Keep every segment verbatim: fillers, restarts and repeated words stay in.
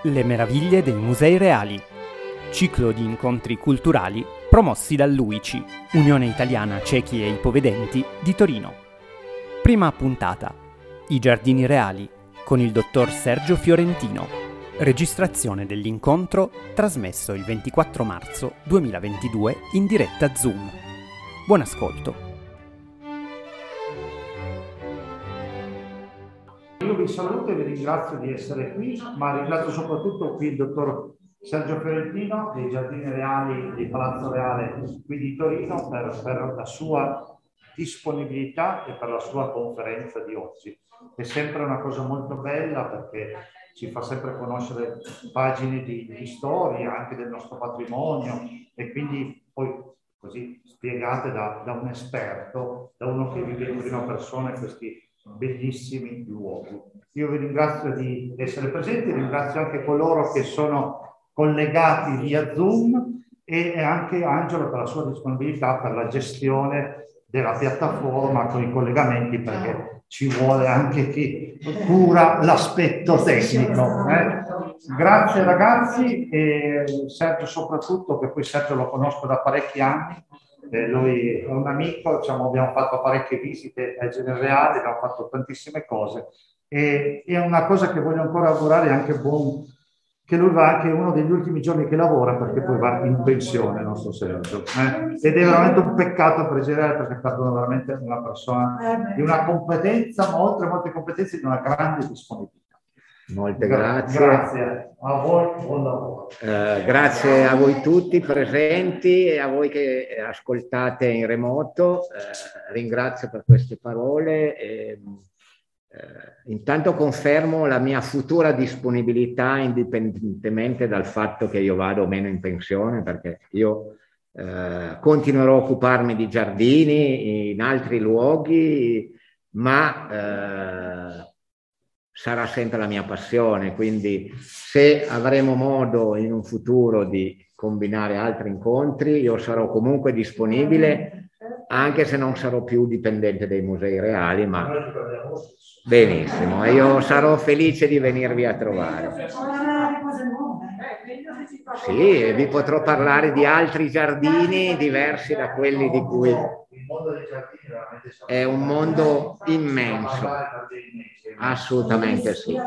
Le meraviglie dei musei reali. Ciclo di incontri culturali promossi dall'U I C I, Unione Italiana Ciechi e Ipovedenti di Torino. Prima puntata. I giardini reali con il dottor Sergio Fiorentino. Registrazione dell'incontro trasmesso il ventiquattro marzo duemilaventidue in diretta Zoom. Buon ascolto. Io vi saluto e vi ringrazio di essere qui, ma ringrazio soprattutto qui il dottor Sergio Fiorentino dei Giardini Reali di Palazzo Reale qui di Torino per, per la sua disponibilità e per la sua conferenza di oggi. È sempre una cosa molto bella perché ci fa sempre conoscere pagine di, di storia anche del nostro patrimonio e quindi poi così spiegate da, da un esperto, da uno che vive in prima persona questi bellissimi luoghi. Io vi ringrazio di essere presenti, ringrazio anche coloro che sono collegati via Zoom e anche Angelo per la sua disponibilità per la gestione della piattaforma con i collegamenti, perché ci vuole anche chi cura l'aspetto tecnico. Eh? Grazie ragazzi, e Sergio soprattutto, che poi Sergio lo conosco da parecchi anni. Eh, lui è un amico, diciamo, abbiamo fatto parecchie visite ai Giardini Reali, abbiamo fatto tantissime cose e è una cosa che voglio ancora augurare anche buon, che lui va anche uno degli ultimi giorni che lavora perché poi va in pensione il nostro Sergio, eh? Ed è veramente un peccato per Gerardo perché è stato veramente una persona di una competenza, ma oltre a molte competenze di una grande disponibilità. Molte grazie. Grazie a voi, buon lavoro. Eh, grazie a voi tutti presenti e a voi che ascoltate in remoto. Eh, ringrazio per queste parole. E, eh, intanto confermo la mia futura disponibilità indipendentemente dal fatto che io vado o meno in pensione, perché io eh, continuerò a occuparmi di giardini in altri luoghi, ma eh, sarà sempre la mia passione, quindi se avremo modo in un futuro di combinare altri incontri, io sarò comunque disponibile, anche se non sarò più dipendente dei musei reali, ma benissimo, e io sarò felice di venirvi a trovare. Sì, e vi potrò parlare di altri giardini diversi da quelli di cui è un mondo immenso. Assolutamente sì.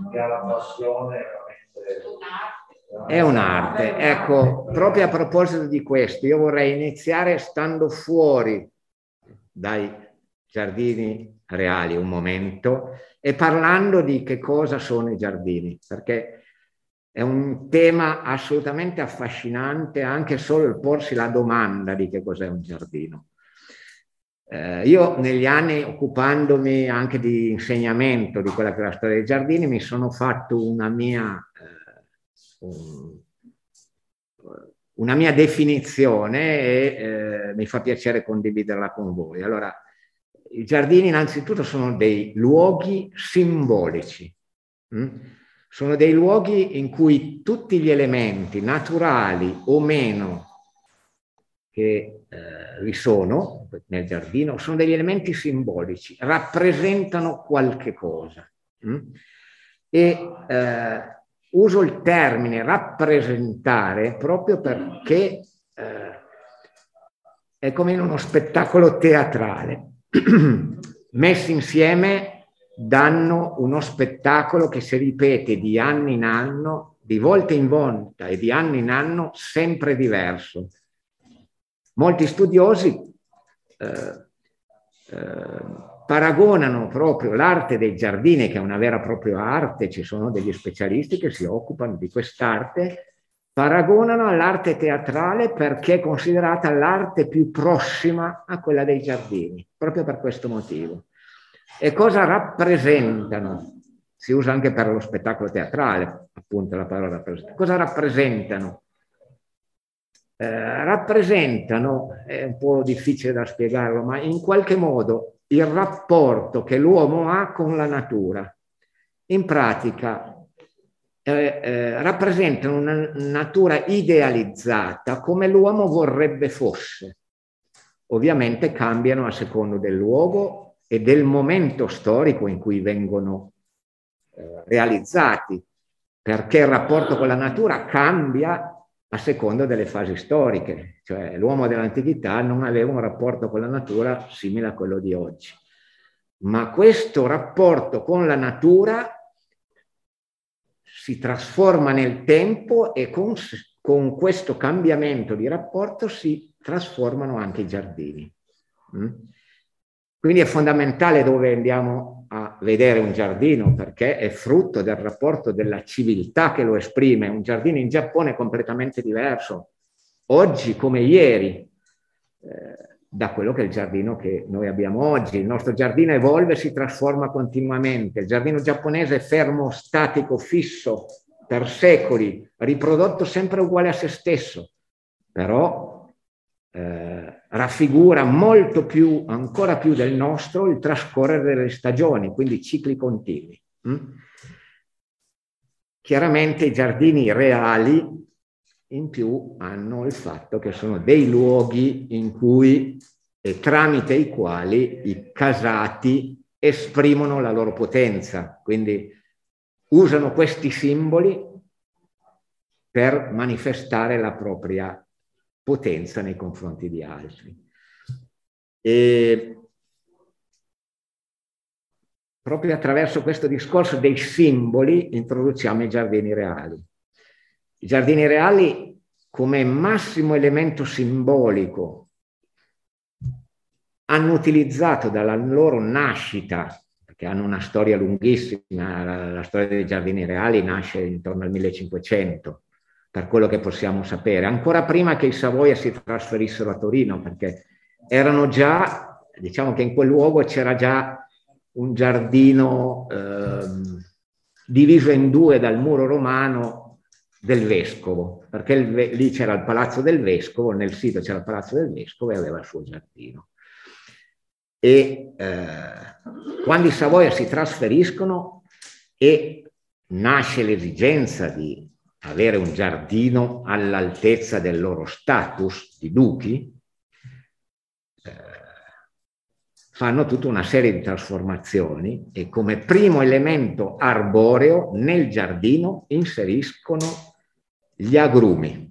È un'arte. Ecco, proprio a proposito di questo, io vorrei iniziare stando fuori dai giardini reali un momento e parlando di che cosa sono i giardini, perché è un tema assolutamente affascinante anche solo il porsi la domanda di che cos'è un giardino. Eh, io negli anni, occupandomi anche di insegnamento di quella che è la storia dei giardini, mi sono fatto una mia, eh, un, una mia definizione e eh, mi fa piacere condividerla con voi. Allora, i giardini innanzitutto sono dei luoghi simbolici. Mm? Sono dei luoghi in cui tutti gli elementi naturali o meno che eh, vi sono nel giardino sono degli elementi simbolici, rappresentano qualche cosa. Mm? E eh, uso il termine rappresentare proprio perché eh, è come in uno spettacolo teatrale. Messi insieme danno uno spettacolo che si ripete di anno in anno, di volta in volta e di anno in anno sempre diverso. Molti studiosi eh, eh, paragonano proprio l'arte dei giardini, che è una vera e propria arte, ci sono degli specialisti che si occupano di quest'arte, paragonano all'arte teatrale perché è considerata l'arte più prossima a quella dei giardini, proprio per questo motivo. E cosa rappresentano? Si usa anche per lo spettacolo teatrale, appunto la parola rappresentare. Cosa rappresentano? Eh, rappresentano, è un po' difficile da spiegarlo, ma in qualche modo il rapporto che l'uomo ha con la natura. In pratica eh, eh, rappresentano una natura idealizzata come l'uomo vorrebbe fosse. Ovviamente cambiano a secondo del luogo e del momento storico in cui vengono eh, realizzati. perché il rapporto con la natura cambia a seconda delle fasi storiche, cioè l'uomo dell'antichità non aveva un rapporto con la natura simile a quello di oggi, ma questo rapporto con la natura si trasforma nel tempo e con, con questo cambiamento di rapporto si trasformano anche i giardini. Mm? Quindi è fondamentale dove andiamo a vedere un giardino, perché è frutto del rapporto della civiltà che lo esprime. Un giardino in Giappone è completamente diverso, oggi come ieri, eh, da quello che è il giardino che noi abbiamo oggi. Il nostro giardino evolve e si trasforma continuamente. Il giardino giapponese è fermo, statico, fisso, per secoli, riprodotto sempre uguale a se stesso, però Eh, raffigura molto più, ancora più del nostro, il trascorrere delle stagioni, quindi cicli continui. Mm? Chiaramente i giardini reali in più hanno il fatto che sono dei luoghi in cui e tramite i quali i casati esprimono la loro potenza, quindi usano questi simboli per manifestare la propria potenza nei confronti di altri. E proprio attraverso questo discorso dei simboli introduciamo i giardini reali. I giardini reali come massimo elemento simbolico hanno utilizzato dalla loro nascita, perché hanno una storia lunghissima, la, la storia dei giardini reali nasce intorno al millecinquecento, per quello che possiamo sapere, ancora prima che i Savoia si trasferissero a Torino, perché erano già, diciamo che in quel luogo c'era già un giardino eh, diviso in due dal muro romano del vescovo, perché il, lì c'era il palazzo del vescovo, nel sito c'era il palazzo del vescovo e aveva il suo giardino. E eh, quando i Savoia si trasferiscono e nasce l'esigenza di avere un giardino all'altezza del loro status di duchi, eh, fanno tutta una serie di trasformazioni e come primo elemento arboreo nel giardino inseriscono gli agrumi.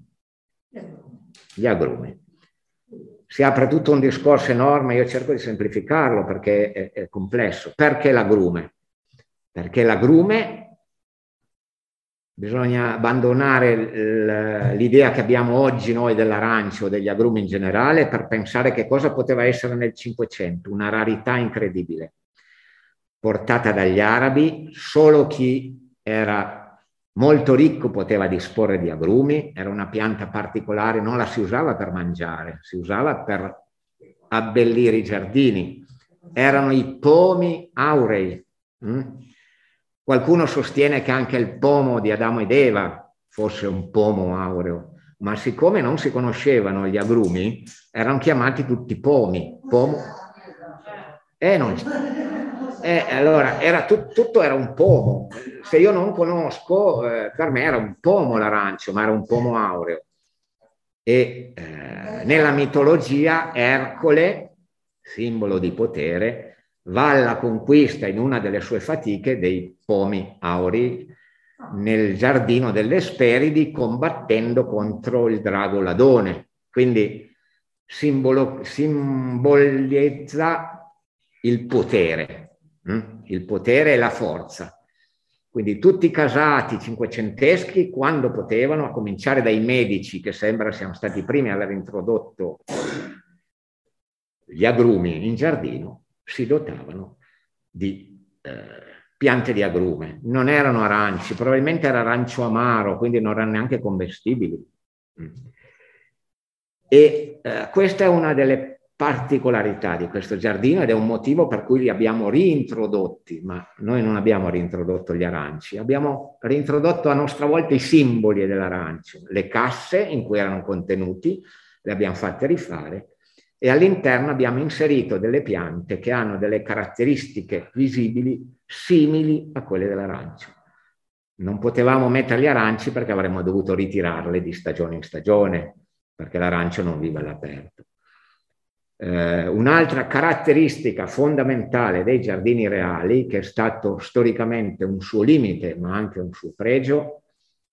Gli agrumi. Si apre tutto un discorso enorme, io cerco di semplificarlo perché è, è complesso. Perché l'agrume? Perché l'agrume bisogna abbandonare l'idea che abbiamo oggi noi dell'arancio o degli agrumi in generale per pensare che cosa poteva essere nel Cinquecento, una rarità incredibile, portata dagli arabi. Solo chi era molto ricco poteva disporre di agrumi, era una pianta particolare, non la si usava per mangiare, si usava per abbellire i giardini. Erano i pomi aurei. Mm? Qualcuno sostiene che anche il pomo di Adamo ed Eva fosse un pomo aureo, ma siccome non si conoscevano gli agrumi, erano chiamati tutti pomi. Pomo. Eh, non... eh, allora, era tut, tutto era un pomo. Se io non conosco, eh, per me era un pomo l'arancio, ma era un pomo aureo. E eh, nella mitologia Ercole, simbolo di potere, va alla conquista in una delle sue fatiche dei pomi aurei nel giardino delle Esperidi, combattendo contro il drago Ladone. Quindi simbolo, simbolizza il potere, hm? il potere e la forza. Quindi tutti i casati cinquecenteschi, quando potevano, a cominciare dai Medici, che sembra siano stati i primi a aver introdotto gli agrumi in giardino, si dotavano di eh, piante di agrume. Non erano aranci, probabilmente era arancio amaro, quindi non erano neanche commestibili. E eh, questa è una delle particolarità di questo giardino ed è un motivo per cui li abbiamo reintrodotti, ma noi non abbiamo reintrodotto gli aranci, abbiamo reintrodotto a nostra volta i simboli dell'arancio, le casse in cui erano contenuti, le abbiamo fatte rifare, e all'interno abbiamo inserito delle piante che hanno delle caratteristiche visibili simili a quelle dell'arancio. Non potevamo mettere gli aranci perché avremmo dovuto ritirarle di stagione in stagione, perché l'arancio non vive all'aperto. Eh, un'altra caratteristica fondamentale dei giardini reali, che è stato storicamente un suo limite ma anche un suo pregio,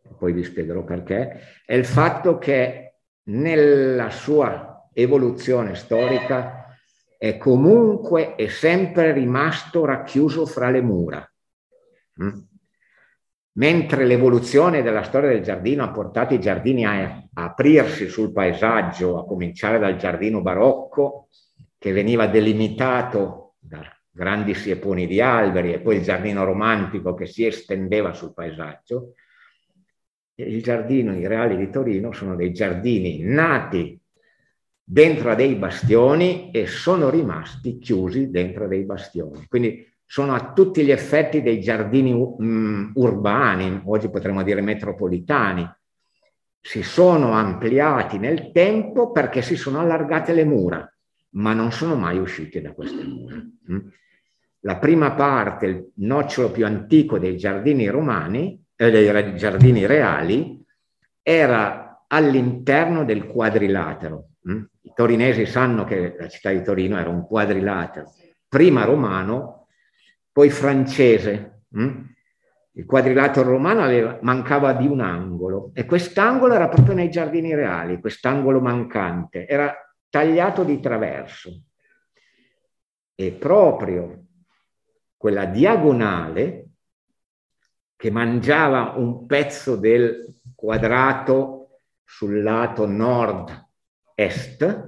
poi vi spiegherò perché, è il fatto che nella sua evoluzione storica è comunque e sempre rimasto racchiuso fra le mura. Mm? Mentre l'evoluzione della storia del giardino ha portato i giardini a, a aprirsi sul paesaggio, a cominciare dal giardino barocco, che veniva delimitato da grandi sieponi di alberi, e poi il giardino romantico che si estendeva sul paesaggio, il giardino, i Reali di Torino sono dei giardini nati dentro a dei bastioni e sono rimasti chiusi dentro a dei bastioni. Quindi sono a tutti gli effetti dei giardini um, urbani, oggi potremmo dire metropolitani. Si sono ampliati nel tempo perché si sono allargate le mura, ma non sono mai usciti da queste mura. La prima parte, il nocciolo più antico dei giardini romani, eh, dei giardini reali, era all'interno del quadrilatero. I torinesi sanno che la città di Torino era un quadrilatero, prima romano, poi francese. Il quadrilatero romano aveva, mancava di un angolo, e quest'angolo era proprio nei giardini reali, quest'angolo mancante, era tagliato di traverso. E proprio quella diagonale che mangiava un pezzo del quadrato sul lato nord-est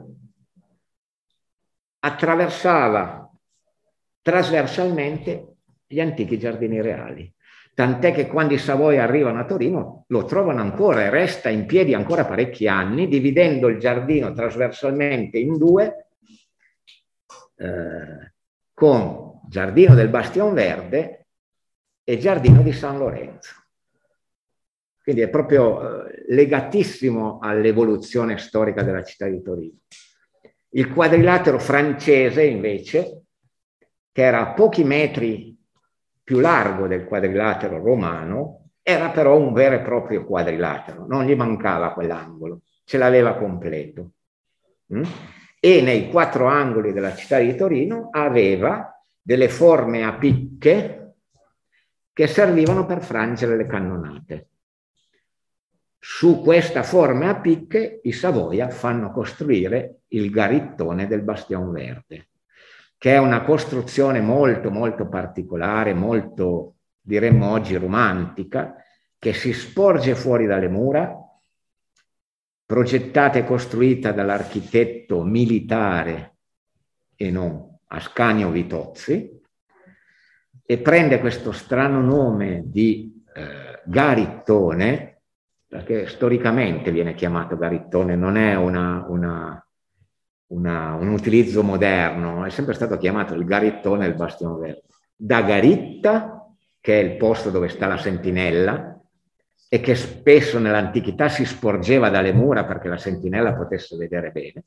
attraversava trasversalmente gli antichi giardini reali. Tant'è che quando i Savoia arrivano a Torino lo trovano ancora e resta in piedi ancora parecchi anni, dividendo il giardino trasversalmente in due, eh, con Giardino del Bastion Verde e Giardino di San Lorenzo. Quindi è proprio eh, legatissimo all'evoluzione storica della città di Torino. Il quadrilatero francese, invece, che era a pochi metri più largo del quadrilatero romano, era però un vero e proprio quadrilatero, non gli mancava quell'angolo, ce l'aveva completo. Mm? E nei quattro angoli della città di Torino aveva delle forme a picche che servivano per frangere le cannonate. Su questa forma a picche i Savoia fanno costruire il garittone del Bastion Verde, che è una costruzione molto molto particolare, molto, diremmo oggi, romantica, che si sporge fuori dalle mura, progettata e costruita dall'architetto militare e non Ascanio Vitozzi, e prende questo strano nome di eh, garittone, perché storicamente viene chiamato garittone, non è una... una Una, un utilizzo moderno, è sempre stato chiamato il garittone del Bastion Verde, da garitta, che è il posto dove sta la sentinella e che spesso nell'antichità si sporgeva dalle mura perché la sentinella potesse vedere bene,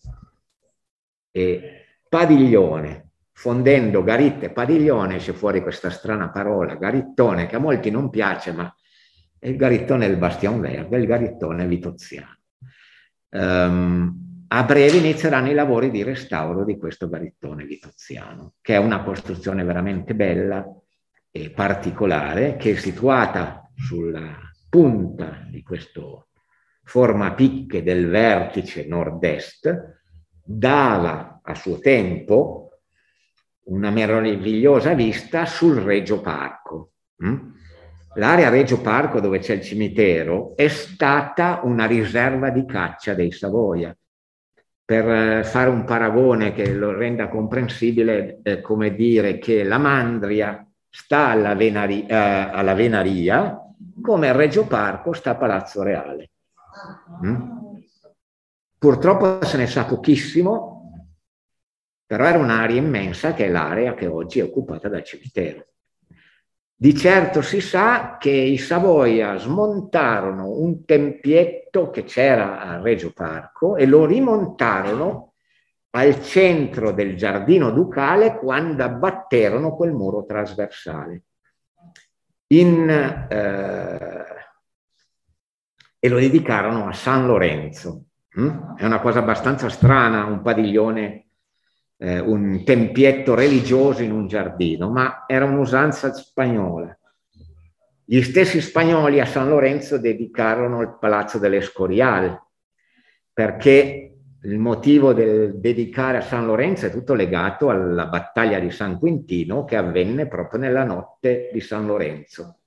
e padiglione, fondendo garitta e padiglione esce fuori questa strana parola garittone, che a molti non piace, ma è il garittone del Bastion Verde, il garittone vitoziano. Um, A breve inizieranno i lavori di restauro di questo garittone vitoziano, che è una costruzione veramente bella e particolare, che è situata sulla punta di questo forma picche del vertice nord-est, dava a suo tempo una meravigliosa vista sul Regio Parco. L'area Regio Parco, dove c'è il cimitero, è stata una riserva di caccia dei Savoia. Per fare un paragone che lo renda comprensibile, è come dire che la Mandria sta alla Venaria, eh, alla Venaria, come il Regio Parco sta a Palazzo Reale. Mm? Purtroppo se ne sa pochissimo, però era un'area immensa, che è l'area che oggi è occupata dal cimitero. Di certo si sa che i Savoia smontarono un tempietto che c'era a Regio Parco e lo rimontarono al centro del giardino ducale quando abbatterono quel muro trasversale. In, eh, e lo dedicarono a San Lorenzo. Mm? È una cosa abbastanza strana, un padiglione, Eh, un tempietto religioso in un giardino, ma era un'usanza spagnola. Gli stessi spagnoli a San Lorenzo dedicarono il Palazzo dell'Escorial, perché il motivo del dedicare a San Lorenzo è tutto legato alla battaglia di San Quintino che avvenne proprio nella notte di San Lorenzo,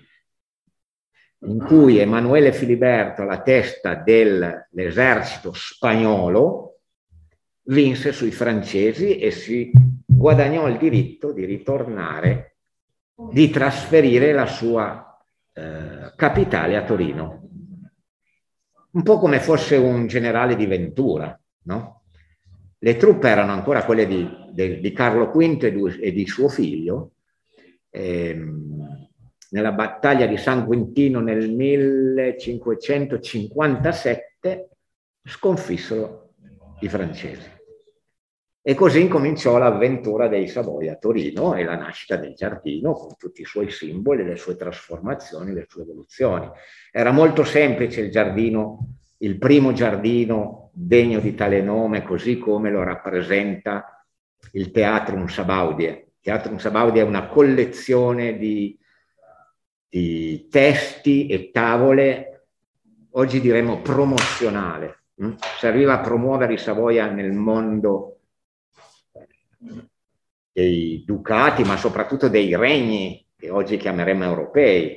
in cui Emanuele Filiberto, alla testa dell'esercito spagnolo, vinse sui francesi e si guadagnò il diritto di ritornare, di trasferire la sua eh, capitale a Torino. Un po' come fosse un generale di Ventura, no? Le truppe erano ancora quelle di, di, di Carlo quinto e di, e di suo figlio. Ehm, nella battaglia di San Quintino nel millecinquecentocinquantasette sconfissero i francesi. E così incominciò l'avventura dei Savoia a Torino e la nascita del giardino con tutti i suoi simboli, le sue trasformazioni, le sue evoluzioni. Era molto semplice il giardino, il primo giardino degno di tale nome, così come lo rappresenta il Teatrum Sabaudie. Il Teatrum Sabaudie è una collezione di, di testi e tavole, oggi diremmo promozionale. Serviva a promuovere i Savoia nel mondo dei ducati, ma soprattutto dei regni che oggi chiameremo europei.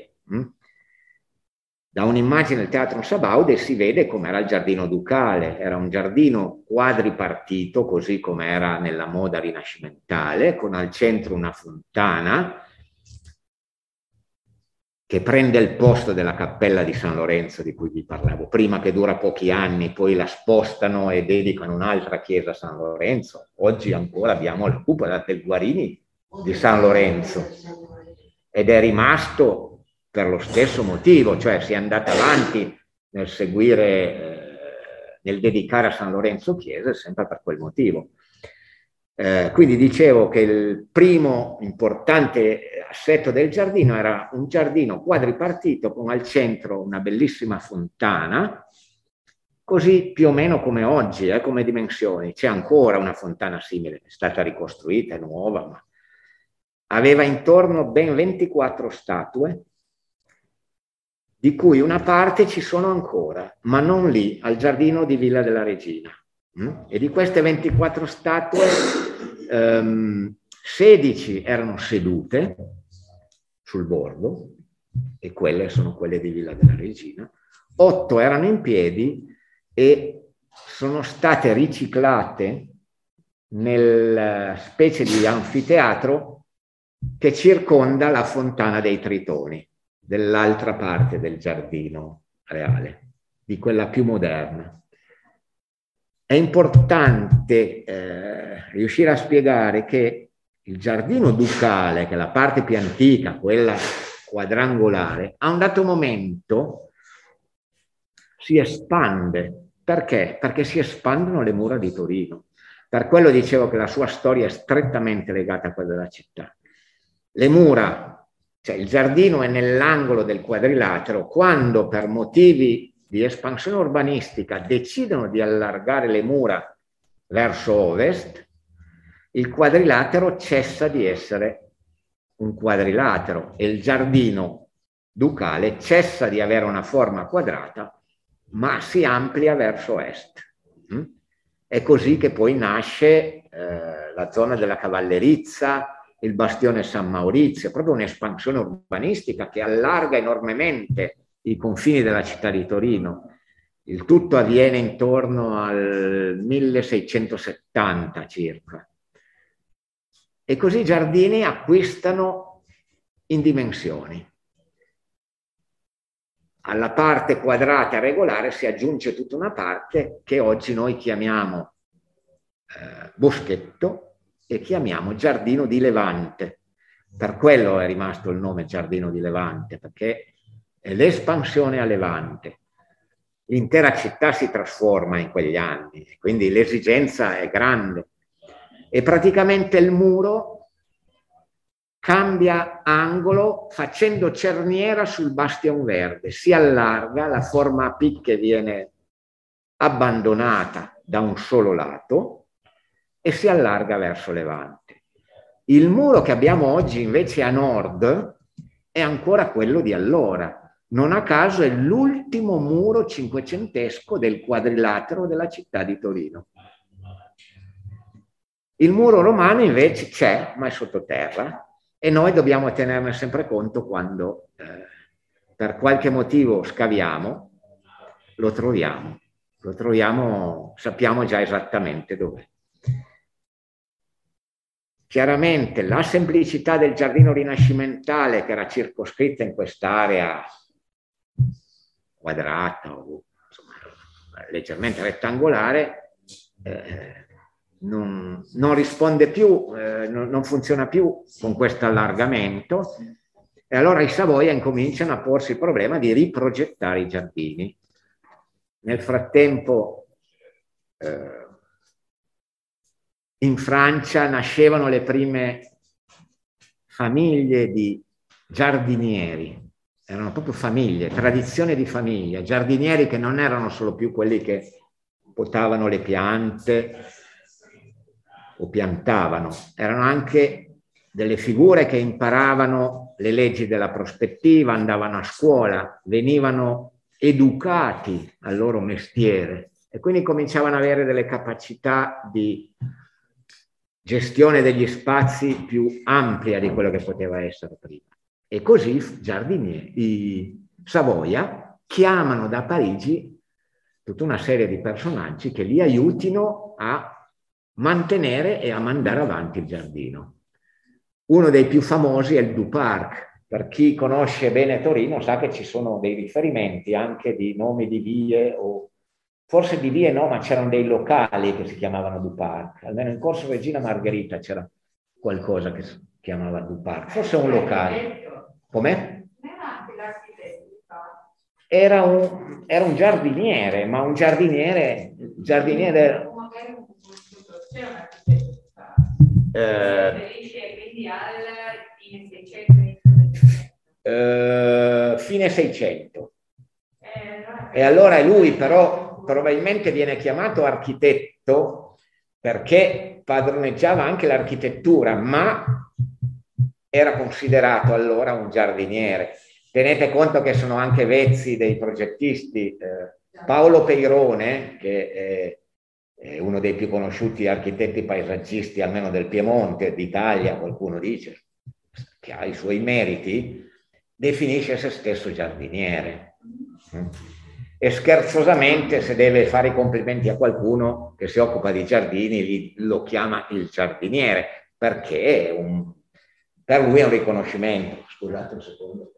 Da un'immagine del Teatro Sabaude si vede com'era il giardino ducale. Era un giardino quadripartito, così come era nella moda rinascimentale, con al centro una fontana che prende il posto della cappella di San Lorenzo di cui vi parlavo prima, che dura pochi anni, poi la spostano e dedicano un'altra chiesa a San Lorenzo. Oggi ancora abbiamo la cupola del Guarini di San Lorenzo ed è rimasto per lo stesso motivo, cioè si è andata avanti nel seguire, eh, nel dedicare a San Lorenzo chiese sempre per quel motivo. Eh, quindi dicevo che il primo importante assetto del giardino era un giardino quadripartito con al centro una bellissima fontana, così più o meno come oggi, eh, come dimensioni. C'è ancora una fontana simile, è stata ricostruita, è nuova, ma aveva intorno ben ventiquattro statue, di cui una parte ci sono ancora, ma non lì, al giardino di Villa della Regina. E di queste ventiquattro statue, ehm, sedici erano sedute sul bordo, e quelle sono quelle di Villa della Regina, otto erano in piedi e sono state riciclate nel specie di anfiteatro che circonda la Fontana dei Tritoni, dell'altra parte del giardino reale, di quella più moderna. È importante eh, riuscire a spiegare che il giardino ducale, che è la parte più antica, quella quadrangolare, a un dato momento si espande. Perché? Perché si espandono le mura di Torino. Per quello dicevo che la sua storia è strettamente legata a quella della città. Le mura, cioè il giardino è nell'angolo del quadrilatero, quando per motivi di espansione urbanistica decidono di allargare le mura verso ovest, il quadrilatero cessa di essere un quadrilatero e il giardino ducale cessa di avere una forma quadrata, ma si amplia verso est. È così che poi nasce eh, la zona della Cavallerizza, il bastione San Maurizio, proprio un'espansione urbanistica che allarga enormemente i confini della città di Torino. Il tutto avviene intorno al milleseicentosettanta circa. E così i giardini acquistano in dimensioni. Alla parte quadrata regolare si aggiunge tutta una parte che oggi noi chiamiamo eh, boschetto e chiamiamo giardino di Levante. Per quello è rimasto il nome giardino di Levante, perché l'espansione a Levante. L'intera città si trasforma in quegli anni, quindi l'esigenza è grande. E praticamente il muro cambia angolo facendo cerniera sul bastion verde, si allarga, la forma a picche viene abbandonata da un solo lato e si allarga verso Levante. Il muro che abbiamo oggi invece a nord è ancora quello di allora. Non a caso è l'ultimo muro cinquecentesco del quadrilatero della città di Torino. Il muro romano invece c'è, ma è sottoterra, e noi dobbiamo tenerne sempre conto quando eh, per qualche motivo scaviamo, lo troviamo, lo troviamo, sappiamo già esattamente dov'è. Chiaramente la semplicità del giardino rinascimentale, che era circoscritta in quest'area quadrata o insomma, leggermente rettangolare, eh, non, non risponde più, eh, non, non funziona più con questo allargamento, e allora i Savoia incominciano a porsi il problema di riprogettare i giardini. Nel frattempo eh, in Francia nascevano le prime famiglie di giardinieri, erano proprio famiglie, tradizione di famiglia, giardinieri che non erano solo più quelli che potavano le piante o piantavano, erano anche delle figure che imparavano le leggi della prospettiva, andavano a scuola, venivano educati al loro mestiere e quindi cominciavano ad avere delle capacità di gestione degli spazi più ampia di quello che poteva essere prima. E così i giardinieri, i Savoia, chiamano da Parigi tutta una serie di personaggi che li aiutino a mantenere e a mandare avanti il giardino. Uno dei più famosi è il Du Parc. Per chi conosce bene Torino sa che ci sono dei riferimenti anche di nomi di vie, o forse di vie no, ma c'erano dei locali che si chiamavano Du Parc. Almeno in Corso Regina Margherita c'era qualcosa che si chiamava Du Parc, forse un locale. Com'è? Era un, era un giardiniere, ma un giardiniere, giardiniere eh, eh, fine Seicento. E allora lui però probabilmente viene chiamato architetto perché padroneggiava anche l'architettura, ma era considerato allora un giardiniere. Tenete conto che sono anche vezzi dei progettisti. Eh, Paolo Peirone, che è, è uno dei più conosciuti architetti paesaggisti, almeno del Piemonte, d'Italia, qualcuno dice, che ha i suoi meriti, definisce se stesso giardiniere. E scherzosamente, se deve fare i complimenti a qualcuno che si occupa di giardini, lo chiama il giardiniere, perché è un, per lui è un riconoscimento. Scusate un secondo.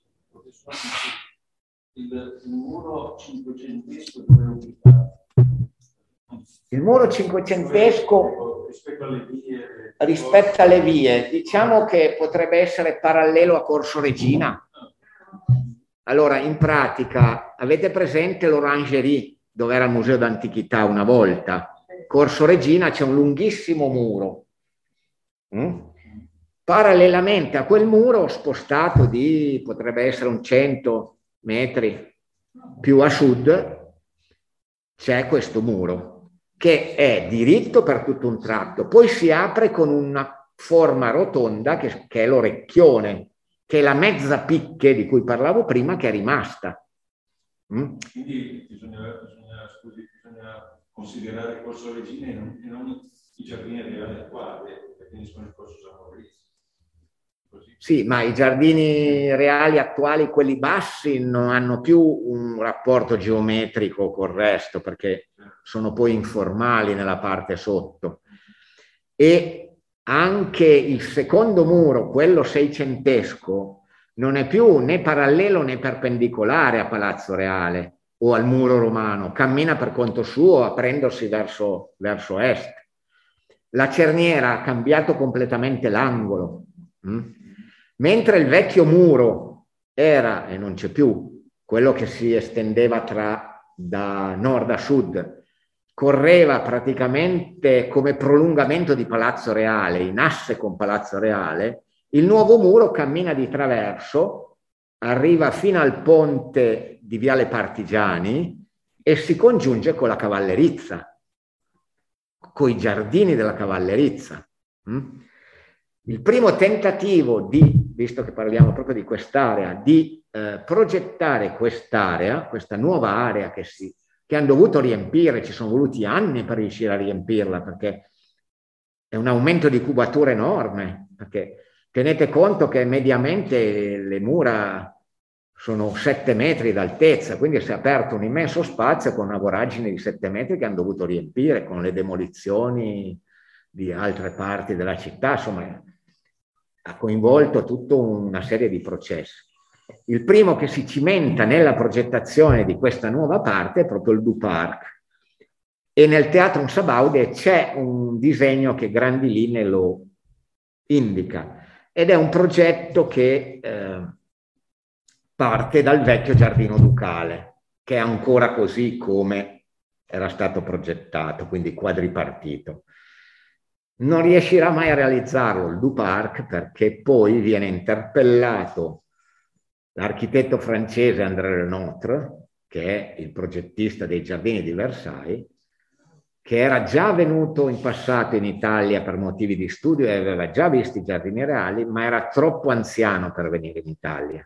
Il, il muro cinquecentesco dove è ubicato? Il muro cinquecentesco rispetto alle vie, rispetto alle vie, diciamo che potrebbe essere parallelo a Corso Regina. Allora, in pratica, avete presente l'Orangerie, dove era il Museo d'Antichità una volta? Corso Regina c'è un lunghissimo muro. Mm? Parallelamente a quel muro, spostato di, potrebbe essere un cento metri più a sud, c'è questo muro, che è diritto per tutto un tratto, poi si apre con una forma rotonda che, che è l'orecchione, che è la mezza picche di cui parlavo prima, che è rimasta. Mm? Quindi bisogna, bisogna, scusi, bisogna considerare Corso Regina e non, e non i giardini reali attuali, che finiscono il Corso San Maurizio. Così. Sì, ma i giardini reali attuali, quelli bassi, non hanno più un rapporto geometrico col resto, perché sono poi informali nella parte sotto. E anche il secondo muro, quello seicentesco, non è più né parallelo né perpendicolare a Palazzo Reale o al muro romano, cammina per conto suo aprendosi verso, verso est. La cerniera ha cambiato completamente l'angolo. Mm? Mentre il vecchio muro era, e non c'è più, quello che si estendeva tra, da nord a sud, correva praticamente come prolungamento di Palazzo Reale, in asse con Palazzo Reale, il nuovo muro cammina di traverso, arriva fino al ponte di Viale Partigiani e si congiunge con la Cavallerizza, con i giardini della Cavallerizza. Il primo tentativo di visto che parliamo proprio di quest'area, di eh, progettare quest'area, questa nuova area che, si, che hanno dovuto riempire, ci sono voluti anni per riuscire a riempirla, perché è un aumento di cubatura enorme, perché tenete conto che mediamente le mura sono sette metri d'altezza, quindi si è aperto un immenso spazio con una voragine di sette metri che hanno dovuto riempire con le demolizioni di altre parti della città, insomma ha coinvolto tutta una serie di processi. Il primo che si cimenta nella progettazione di questa nuova parte è proprio il Du Parc, e nel Teatro Sabaude c'è un disegno che grandi linee lo indica, ed è un progetto che eh, parte dal vecchio Giardino Ducale, che è ancora così come era stato progettato, quindi quadripartito. Non riuscirà mai a realizzarlo il Du Parc, perché poi viene interpellato l'architetto francese André Lenotre, che è il progettista dei Giardini di Versailles, che era già venuto in passato in Italia per motivi di studio e aveva già visto i Giardini Reali, ma era troppo anziano per venire in Italia.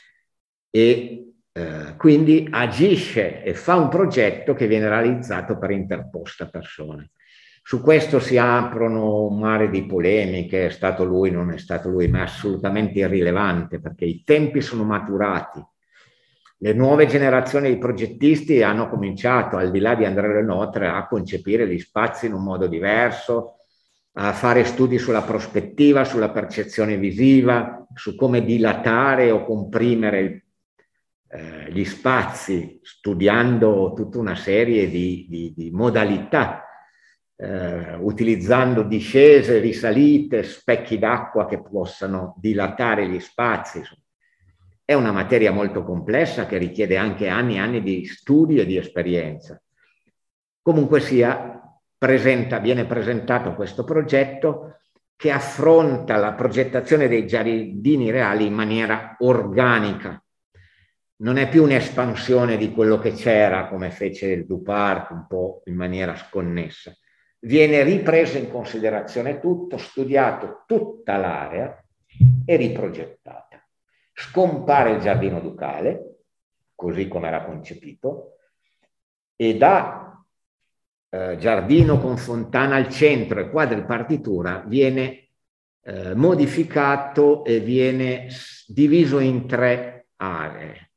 E eh, quindi agisce e fa un progetto che viene realizzato per interposta persona. Su questo si aprono un mare di polemiche, è stato lui, non è stato lui, ma è assolutamente irrilevante, perché i tempi sono maturati. Le nuove generazioni di progettisti hanno cominciato, al di là di André Lenotre, a concepire gli spazi in un modo diverso, a fare studi sulla prospettiva, sulla percezione visiva, su come dilatare o comprimere eh, gli spazi, studiando tutta una serie di, di, di modalità, eh, utilizzando discese, risalite, specchi d'acqua che possano dilatare gli spazi. È una materia molto complessa che richiede anche anni e anni di studio e di esperienza. Comunque sia, presenta, viene presentato questo progetto che affronta la progettazione dei Giardini Reali in maniera organica. Non è più un'espansione di quello che c'era, come fece il Du Parc, un po' in maniera sconnessa. Viene ripreso in considerazione tutto, studiato tutta l'area e riprogettata. Scompare il Giardino Ducale, così come era concepito, e da eh, giardino con fontana al centro e quadripartitura viene eh, modificato e viene diviso in tre aree.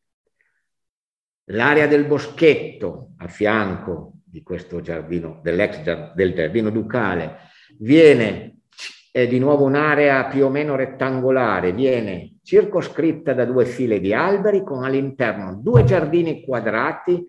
L'area del boschetto a fianco di questo giardino, dell'ex del Giardino Ducale, viene, è di nuovo un'area più o meno rettangolare, viene circoscritta da due file di alberi con all'interno due giardini quadrati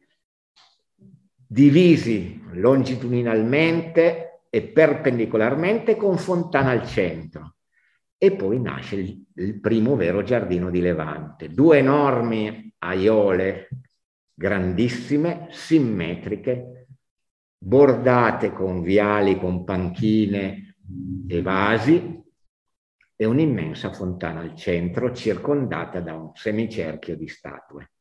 divisi longitudinalmente e perpendicolarmente con fontana al centro. E poi nasce il, il primo vero giardino di Levante. Due enormi aiole grandissime, simmetriche, bordate con viali, con panchine e vasi, e un'immensa fontana al centro circondata da un semicerchio di statue,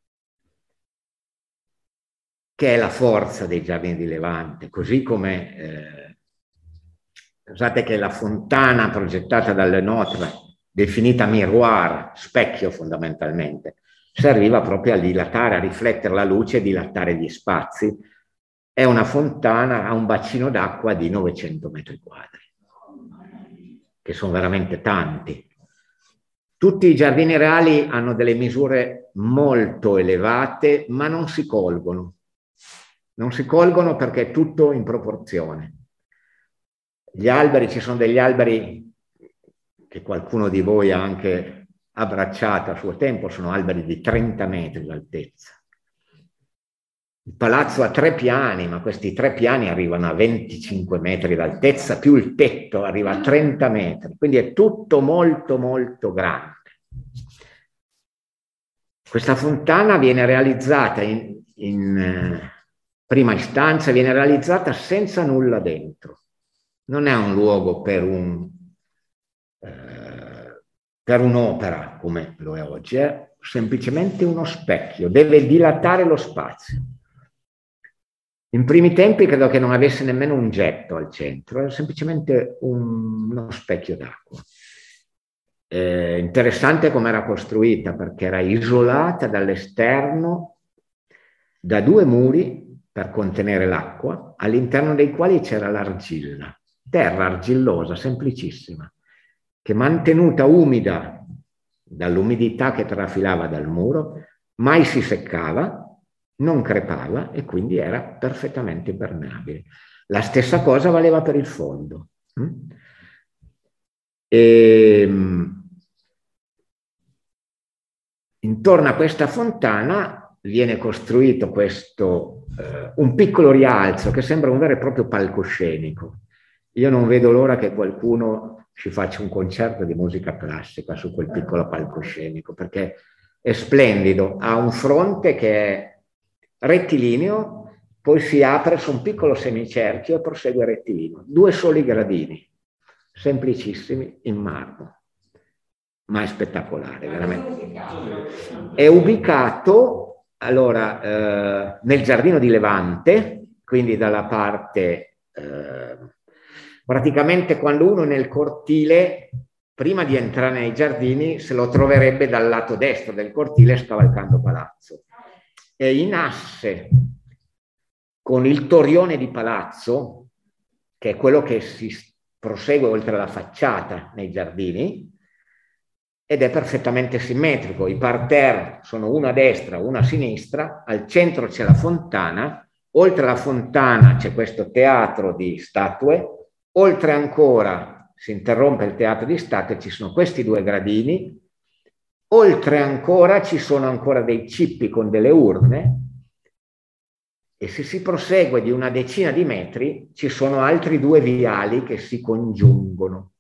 che è la forza dei Giardini di Levante, così come eh, pensate che la fontana progettata da Lenotre, definita miroir, specchio fondamentalmente, serviva proprio a dilatare, a riflettere la luce e dilatare gli spazi. È una fontana, ha un bacino d'acqua di novecento metri quadri, che sono veramente tanti. Tutti i Giardini Reali hanno delle misure molto elevate, ma non si colgono. Non si colgono perché è tutto in proporzione. Gli alberi, ci sono degli alberi che qualcuno di voi ha anche abbracciato a suo tempo, sono alberi di trenta metri d'altezza. Il palazzo ha tre piani, ma questi tre piani arrivano a venticinque metri d'altezza, più il tetto arriva a trenta metri, quindi è tutto molto molto grande. Questa fontana viene realizzata in, in eh, prima istanza, viene realizzata senza nulla dentro. Non è un luogo per un eh, per un'opera come lo è oggi, è semplicemente uno specchio, deve dilatare lo spazio. In primi tempi credo che non avesse nemmeno un getto al centro, era semplicemente un, uno specchio d'acqua. Eh, interessante come era costruita, perché era isolata dall'esterno da due muri per contenere l'acqua, all'interno dei quali c'era l'argilla, terra argillosa, semplicissima, che mantenuta umida dall'umidità che trafilava dal muro, mai si seccava, non crepava e quindi era perfettamente impermeabile. La stessa cosa valeva per il fondo. E, intorno a questa fontana viene costruito questo, eh, un piccolo rialzo che sembra un vero e proprio palcoscenico. Io non vedo l'ora che qualcuno ci faccia un concerto di musica classica su quel piccolo palcoscenico, perché è splendido. Ha un fronte che è rettilineo, poi si apre su un piccolo semicerchio e prosegue rettilineo. Due soli gradini, semplicissimi, in marmo. Ma è spettacolare, veramente. È ubicato, allora, eh, nel giardino di Levante, quindi dalla parte, eh, praticamente quando uno è nel cortile, prima di entrare nei giardini, se lo troverebbe dal lato destro del cortile scavalcando Palazzo. È in asse con il torrione di Palazzo, che è quello che si prosegue oltre la facciata nei giardini, ed è perfettamente simmetrico. I parterre sono una a destra, una a sinistra, al centro c'è la fontana, oltre alla fontana c'è questo teatro di statue, oltre ancora si interrompe il teatro di statue, ci sono questi due gradini, oltre ancora ci sono ancora dei cippi con delle urne, e se si prosegue di una decina di metri ci sono altri due viali che si congiungono,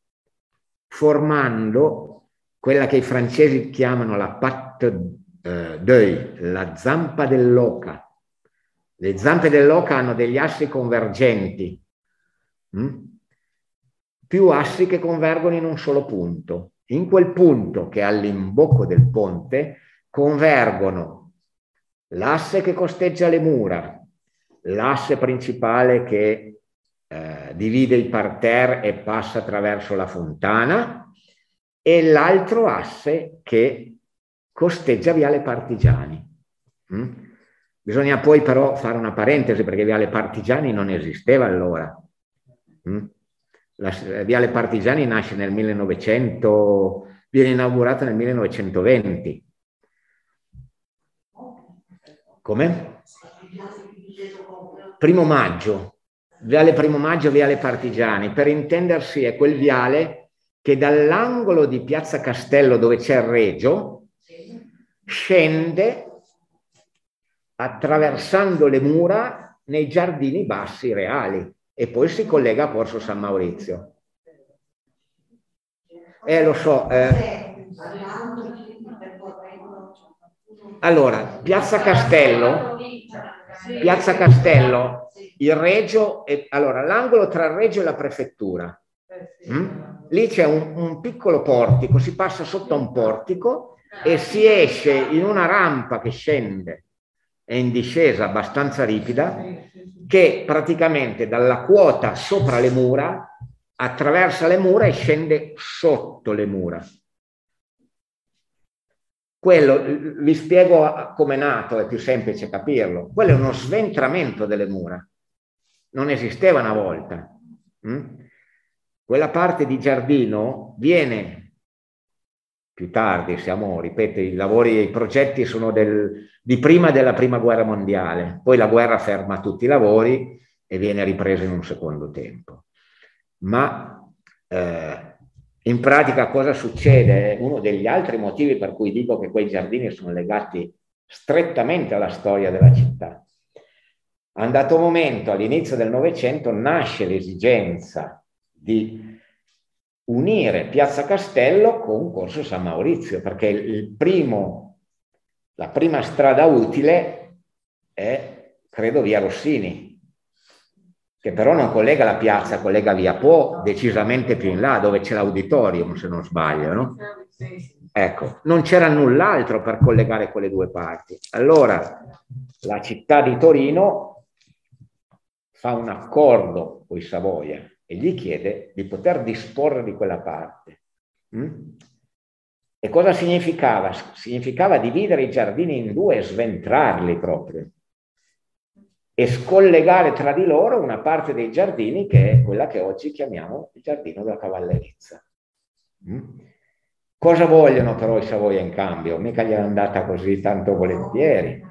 formando quella che i francesi chiamano la patte d'œil, la zampa dell'oca. Le zampe dell'oca hanno degli assi convergenti, mm? più assi che convergono in un solo punto. In quel punto, che è all'imbocco del ponte, convergono l'asse che costeggia le mura, l'asse principale che eh, divide il parterre e passa attraverso la fontana, e l'altro asse che costeggia Viale Partigiani. Mm? Bisogna poi però fare una parentesi, perché Viale Partigiani non esisteva allora. Mm? La, Viale Partigiani nasce nel millenovecento, viene inaugurata nel millenovecentoventi. Come? Primo maggio. Viale Primo Maggio, Viale Partigiani. Per intendersi è quel viale che dall'angolo di Piazza Castello, dove c'è il Regio, scende attraversando le mura nei giardini bassi reali e poi si collega a Corso San Maurizio. Eh, lo so. Eh. Allora, Piazza Castello, Piazza Castello, il Regio, e, allora, l'angolo tra il Regio e la prefettura. Mm? Lì c'è un, un piccolo portico, si passa sotto a un portico e si esce in una rampa che scende, è in discesa abbastanza ripida, che praticamente dalla quota sopra le mura attraversa le mura e scende sotto le mura. Quello, vi spiego come è nato, è più semplice capirlo. Quello è uno sventramento delle mura. Non esisteva una volta. Mm? Quella parte di giardino viene più tardi, siamo, ripeto, i lavori e i progetti sono del, di prima della prima guerra mondiale, poi la guerra ferma tutti i lavori e viene ripresa in un secondo tempo. Ma eh, in pratica cosa succede? Uno degli altri motivi per cui dico che quei giardini sono legati strettamente alla storia della città. A un dato momento, all'inizio del Novecento, nasce l'esigenza di unire Piazza Castello con Corso San Maurizio, perché il primo, la prima strada utile è, credo, via Rossini, che però non collega la piazza, collega via Po, decisamente più in là, dove c'è l'auditorium, se non sbaglio, no? Ecco, non c'era null'altro per collegare quelle due parti. Allora, la città di Torino fa un accordo con i Savoia e gli chiede di poter disporre di quella parte. Mm? E cosa significava? Significava dividere i giardini in due e sventrarli proprio e scollegare tra di loro una parte dei giardini che è quella che oggi chiamiamo il giardino della cavallerizza. Mm? Cosa vogliono però i Savoia in cambio? Mica gli è andata così tanto volentieri.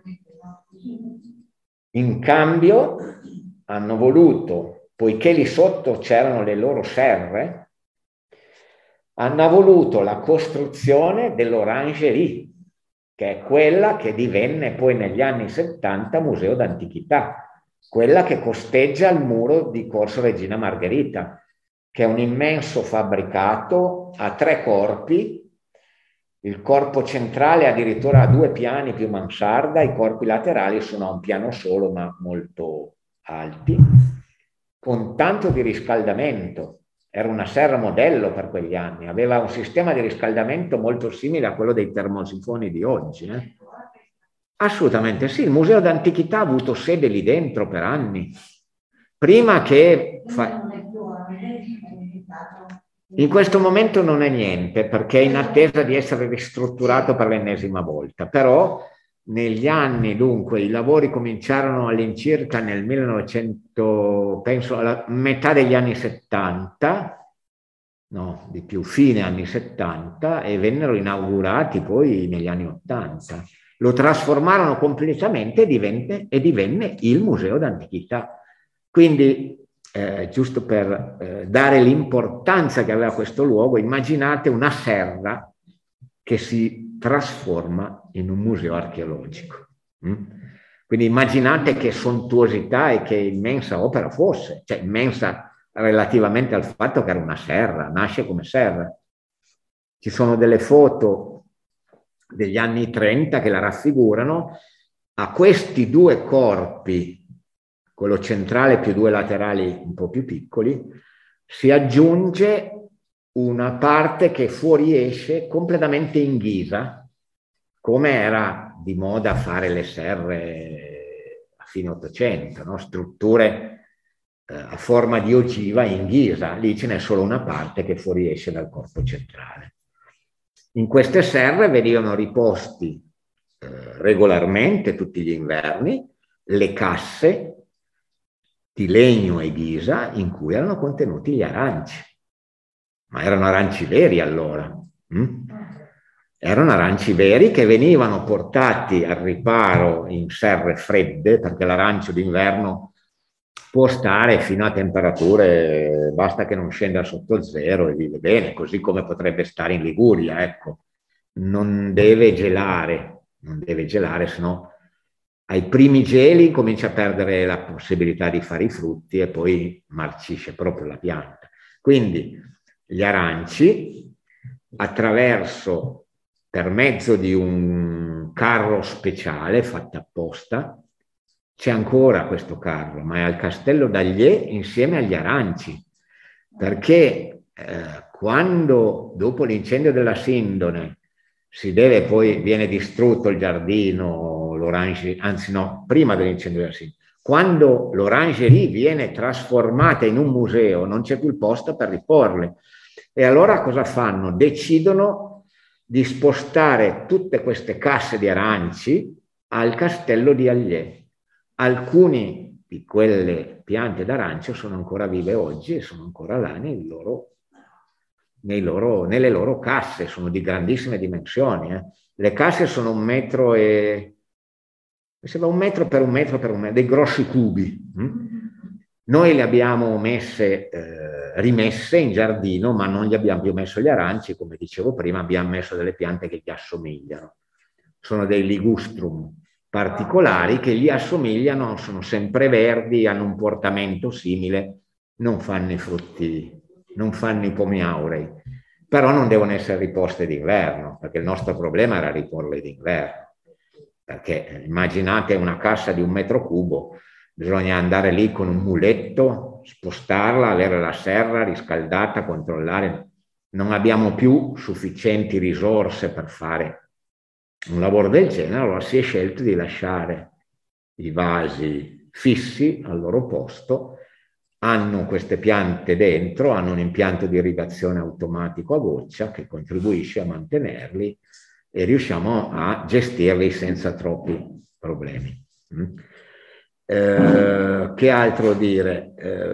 In cambio hanno voluto, poiché lì sotto c'erano le loro serre, hanno voluto la costruzione dell'orangerie, che è quella che divenne poi negli anni settanta museo d'antichità, quella che costeggia il muro di Corso Regina Margherita, che è un immenso fabbricato a tre corpi. Il corpo centrale addirittura ha due piani più mansarda, i corpi laterali sono a un piano solo ma molto alti, con tanto di riscaldamento. Era una serra modello per quegli anni, aveva un sistema di riscaldamento molto simile a quello dei termosifoni di oggi. Eh? Assolutamente sì, il Museo d'Antichità ha avuto sede lì dentro per anni. Prima che... Fa... In questo momento non è niente, perché è in attesa di essere ristrutturato per l'ennesima volta, però negli anni, dunque, i lavori cominciarono all'incirca nel millenovecento, penso alla metà degli anni settanta, no, di più, fine anni settanta, e vennero inaugurati poi negli anni ottanta. Lo trasformarono completamente e divenne, e divenne il Museo d'Antichità. Quindi, eh, giusto per eh, dare l'importanza che aveva questo luogo, immaginate una serra che si trasforma in un museo archeologico. Mm? Quindi immaginate che sontuosità e che immensa opera fosse, cioè immensa relativamente al fatto che era una serra, nasce come serra. Ci sono delle foto degli anni trenta che la raffigurano. A questi due corpi, quello centrale più due laterali un po' più piccoli, si aggiunge una parte che fuoriesce completamente in ghisa, come era di moda fare le serre a fine Ottocento, no? Strutture eh, a forma di ogiva in ghisa. Lì ce n'è solo una parte che fuoriesce dal corpo centrale. In queste serre venivano riposti eh, regolarmente tutti gli inverni le casse di legno e ghisa in cui erano contenuti gli aranci. Ma erano aranci veri allora. Mm? Erano aranci veri che venivano portati al riparo in serre fredde, perché l'arancio d'inverno può stare fino a temperature, basta che non scenda sotto zero e vive bene, così come potrebbe stare in Liguria, ecco. Non deve gelare, non deve gelare, sennò ai primi geli comincia a perdere la possibilità di fare i frutti e poi marcisce proprio la pianta. Quindi gli aranci, attraverso, per mezzo di un carro speciale fatto apposta, c'è ancora questo carro, ma è al Castello d'Allier insieme agli aranci, perché eh, quando dopo l'incendio della Sindone si deve poi, viene distrutto il giardino, l'orangerie, anzi no, prima dell'incendio della Sindone, quando l'orangerie viene trasformata in un museo non c'è più il posto per riporle. E allora cosa fanno? Decidono di spostare tutte queste casse di aranci al Castello di Allier. Alcune di quelle piante d'arancio sono ancora vive oggi e sono ancora là nei loro, nei loro, nelle loro casse, sono di grandissime dimensioni. Eh. Le casse sono un metro e... mi sembra un metro per un metro per un metro, dei grossi cubi. Hm? Noi le abbiamo messe, eh, rimesse in giardino, ma non gli abbiamo più messo gli aranci, come dicevo prima, abbiamo messo delle piante che gli assomigliano. Sono dei ligustrum particolari che gli assomigliano, sono sempre verdi, hanno un portamento simile, non fanno i frutti, non fanno i pomi aurei, però non devono essere riposte d'inverno, perché il nostro problema era riporle d'inverno. Perché immaginate una cassa di un metro cubo, bisogna andare lì con un muletto, spostarla, avere la serra riscaldata, controllare. Non abbiamo più sufficienti risorse per fare un lavoro del genere, allora si è scelto di lasciare i vasi fissi al loro posto hanno queste piante dentro, hanno un impianto di irrigazione automatico a goccia che contribuisce a mantenerli e riusciamo a gestirli senza troppi problemi. Mm? Eh, che altro dire? Eh,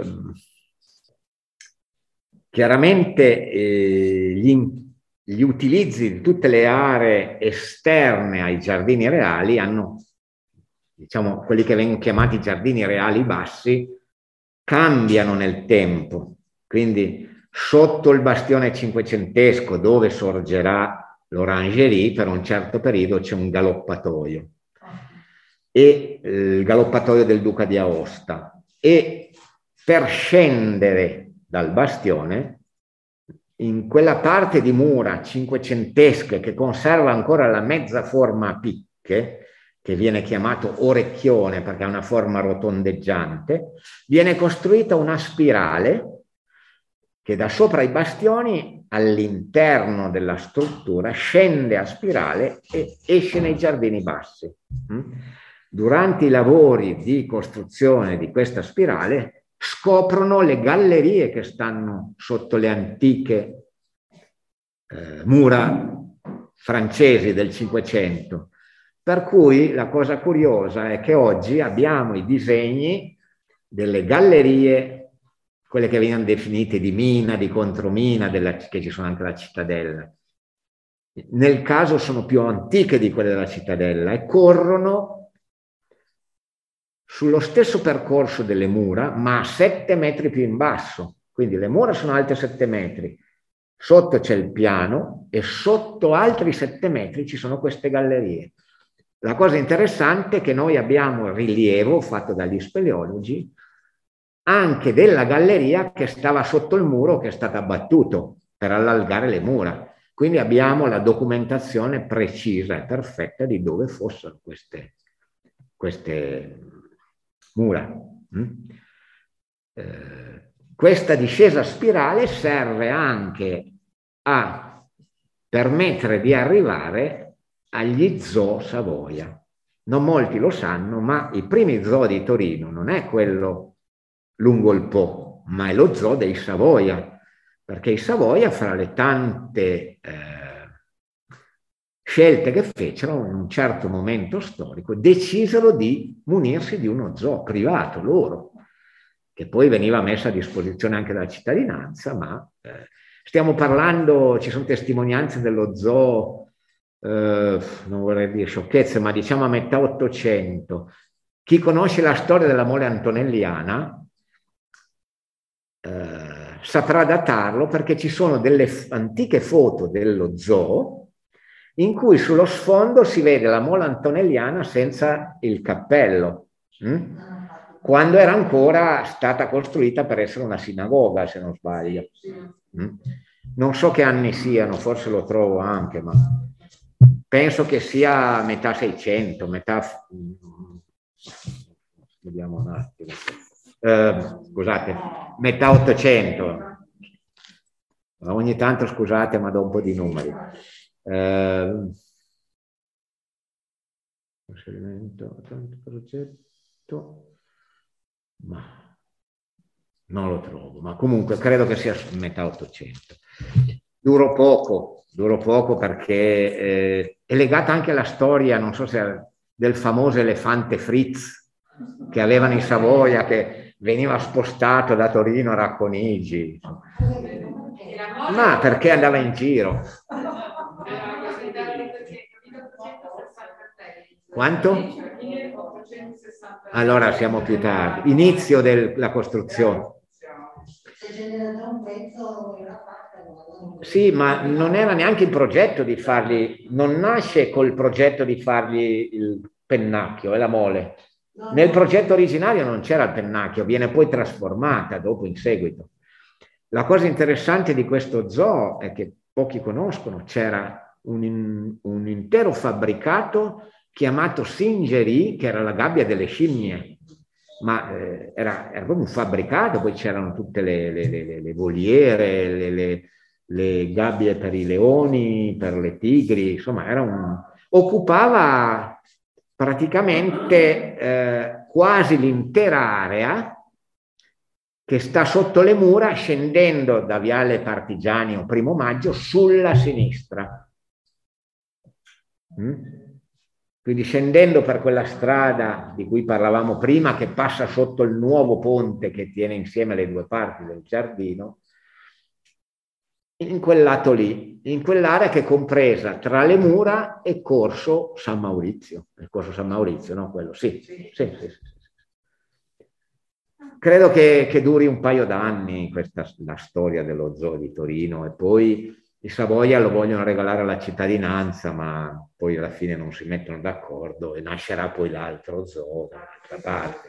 chiaramente eh, gli, gli utilizzi di tutte le aree esterne ai giardini reali hanno, diciamo, quelli che vengono chiamati giardini reali bassi, cambiano nel tempo. Quindi sotto il bastione cinquecentesco, dove sorgerà l'orangerie, per un certo periodo c'è un galoppatoio, e eh, il galoppatoio del Duca di Aosta, e per scendere dal bastione, in quella parte di mura cinquecentesche che conserva ancora la mezza forma a picche, che viene chiamato orecchione perché ha una forma rotondeggiante, viene costruita una spirale che da sopra i bastioni all'interno della struttura scende a spirale e esce nei giardini bassi. Durante i lavori di costruzione di questa spirale scoprono le gallerie che stanno sotto le antiche eh, mura francesi del Cinquecento. Per cui la cosa curiosa è che oggi abbiamo i disegni delle gallerie, quelle che vengono definite di mina, di contromina, della, che ci sono anche la cittadella. Nel caso sono più antiche di quelle della cittadella e corrono sullo stesso percorso delle mura, ma a sette metri più in basso. Quindi le mura sono alte sette metri, sotto c'è il piano e sotto altri sette metri ci sono queste gallerie. La cosa interessante è che noi abbiamo il rilievo fatto dagli speleologi anche della galleria che stava sotto il muro, che è stata abbattuto per allargare le mura. Quindi abbiamo la documentazione precisa e perfetta di dove fossero queste, queste mura. Mm? Eh, questa discesa spirale serve anche a permettere di arrivare agli zoo Savoia. Non molti lo sanno, ma i primi zoo di Torino non è quello lungo il Po, ma è lo zoo dei Savoia, perché i Savoia, fra le tante eh, scelte che fecero in un certo momento storico, decisero di munirsi di uno zoo privato loro, che poi veniva messo a disposizione anche dalla cittadinanza, ma eh, stiamo parlando, ci sono testimonianze dello zoo, Uh, non vorrei dire sciocchezze, ma diciamo a metà Ottocento. Chi conosce la storia della mole antonelliana uh, saprà datarlo, perché ci sono delle antiche foto dello zoo in cui sullo sfondo si vede la mole antonelliana senza il cappello, hm? quando era ancora stata costruita per essere una sinagoga, se non sbaglio. Hm? Non so che anni siano, forse lo trovo anche, ma penso che sia metà Seicento, metà... Vediamo un attimo. Eh, scusate, metà Ottocento. Ogni tanto, scusate, ma do un po' di numeri. Eh, progetto, ma non lo trovo, ma comunque credo che sia metà Ottocento. Duro poco. Durò poco perché eh, è legata anche alla storia, non so se del famoso elefante Fritz che avevano in Savoia, che veniva spostato da Torino a Racconigi, ma perché andava in giro. Quanto? Allora siamo più tardi, inizio della costruzione. Sì, ma non era neanche il progetto di fargli, non nasce col progetto di fargli il pennacchio e la mole. Nel progetto originario non c'era il pennacchio, viene poi trasformata dopo in seguito. La cosa interessante di questo zoo è che pochi conoscono, c'era un, un intero fabbricato chiamato Singerie, che era la gabbia delle scimmie, ma eh, era, era proprio un fabbricato, poi c'erano tutte le, le, le, le voliere, le, le, le gabbie per i leoni, per le tigri, insomma era un, occupava praticamente eh, quasi l'intera area che sta sotto le mura scendendo da Viale Partigiani o Primo Maggio sulla sinistra. Mm? Quindi scendendo per quella strada di cui parlavamo prima, che passa sotto il nuovo ponte che tiene insieme le due parti del giardino, in quel lato lì, in quell'area che è compresa tra le mura e Corso San Maurizio. Il Corso San Maurizio, no? Quello, sì, sì, sì, sì, sì. Credo che, che duri un paio d'anni questa la storia dello zoo di Torino, e poi i Savoia lo vogliono regalare alla cittadinanza, ma poi alla fine non si mettono d'accordo e nascerà poi l'altro zoo da un'altra parte.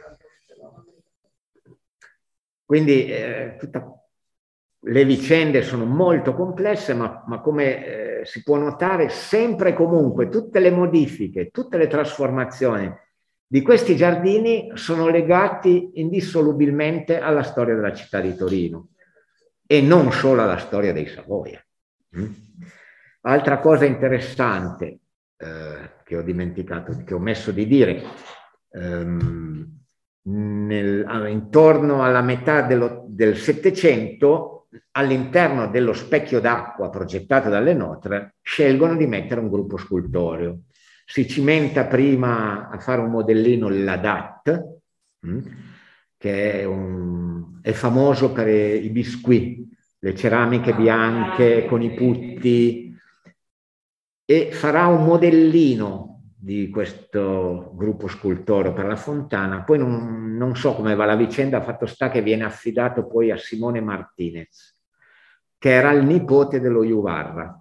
Quindi eh, tutta, le vicende sono molto complesse, ma, ma come eh, si può notare, sempre e comunque tutte le modifiche, tutte le trasformazioni di questi giardini sono legati indissolubilmente alla storia della città di Torino e non solo alla storia dei Savoia. Mm? Altra cosa interessante eh, che ho dimenticato, che ho omesso di dire, ehm, nel, intorno alla metà dello, del Settecento, all'interno dello specchio d'acqua progettato dalle Notre, scelgono di mettere un gruppo scultoreo. Si cimenta prima a fare un modellino, il Ladat, mh, che è, un, è famoso per i biscuit, le ceramiche bianche con i putti, e farà un modellino di questo gruppo scultoreo per la fontana. Poi non, non so come va la vicenda, fatto sta che viene affidato poi a Simone Martinez, che era il nipote dello Juvarra.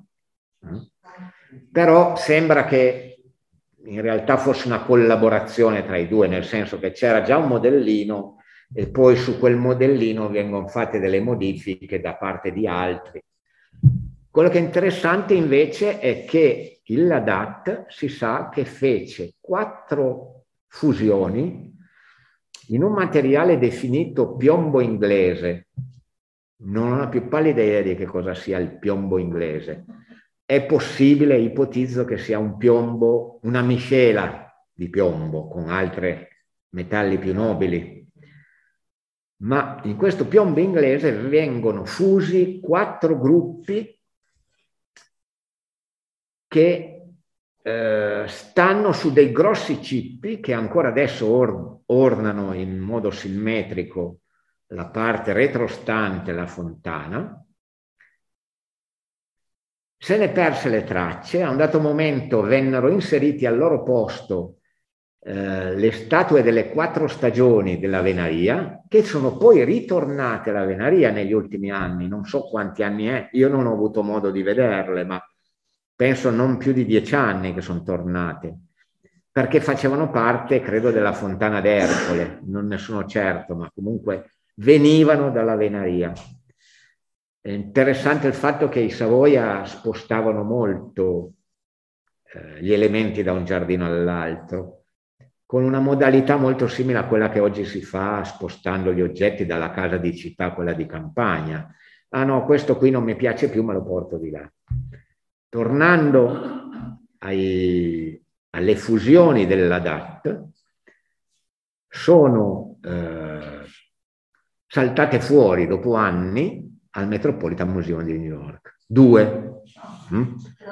Però sembra che in realtà fosse una collaborazione tra i due, nel senso che c'era già un modellino e poi su quel modellino vengono fatte delle modifiche da parte di altri. Quello che è interessante invece è che il Ladat si sa che fece quattro fusioni in un materiale definito piombo inglese. Non ho più pallida idea di che cosa sia il piombo inglese. È possibile, ipotizzo, che sia un piombo, una miscela di piombo con altri metalli più nobili. Ma in questo piombo inglese vengono fusi quattro gruppi che eh, stanno su dei grossi cippi che ancora adesso or ornano in modo simmetrico la parte retrostante la fontana. Se ne perse le tracce, a un dato momento vennero inseriti al loro posto eh, le statue delle quattro stagioni della Venaria, che sono poi ritornate alla Venaria negli ultimi anni, non so quanti anni è, io non ho avuto modo di vederle, ma penso non più di dieci anni che sono tornate, perché facevano parte, credo, della Fontana d'Ercole, non ne sono certo, ma comunque venivano dalla Venaria. È interessante il fatto che i Savoia spostavano molto eh, gli elementi da un giardino all'altro, con una modalità molto simile a quella che oggi si fa spostando gli oggetti dalla casa di città a quella di campagna. Ah no, questo qui non mi piace più, me lo porto di là. Tornando ai, alle fusioni della D A T, sono eh, saltate fuori dopo anni al Metropolitan Museum di New York. Due. Mm?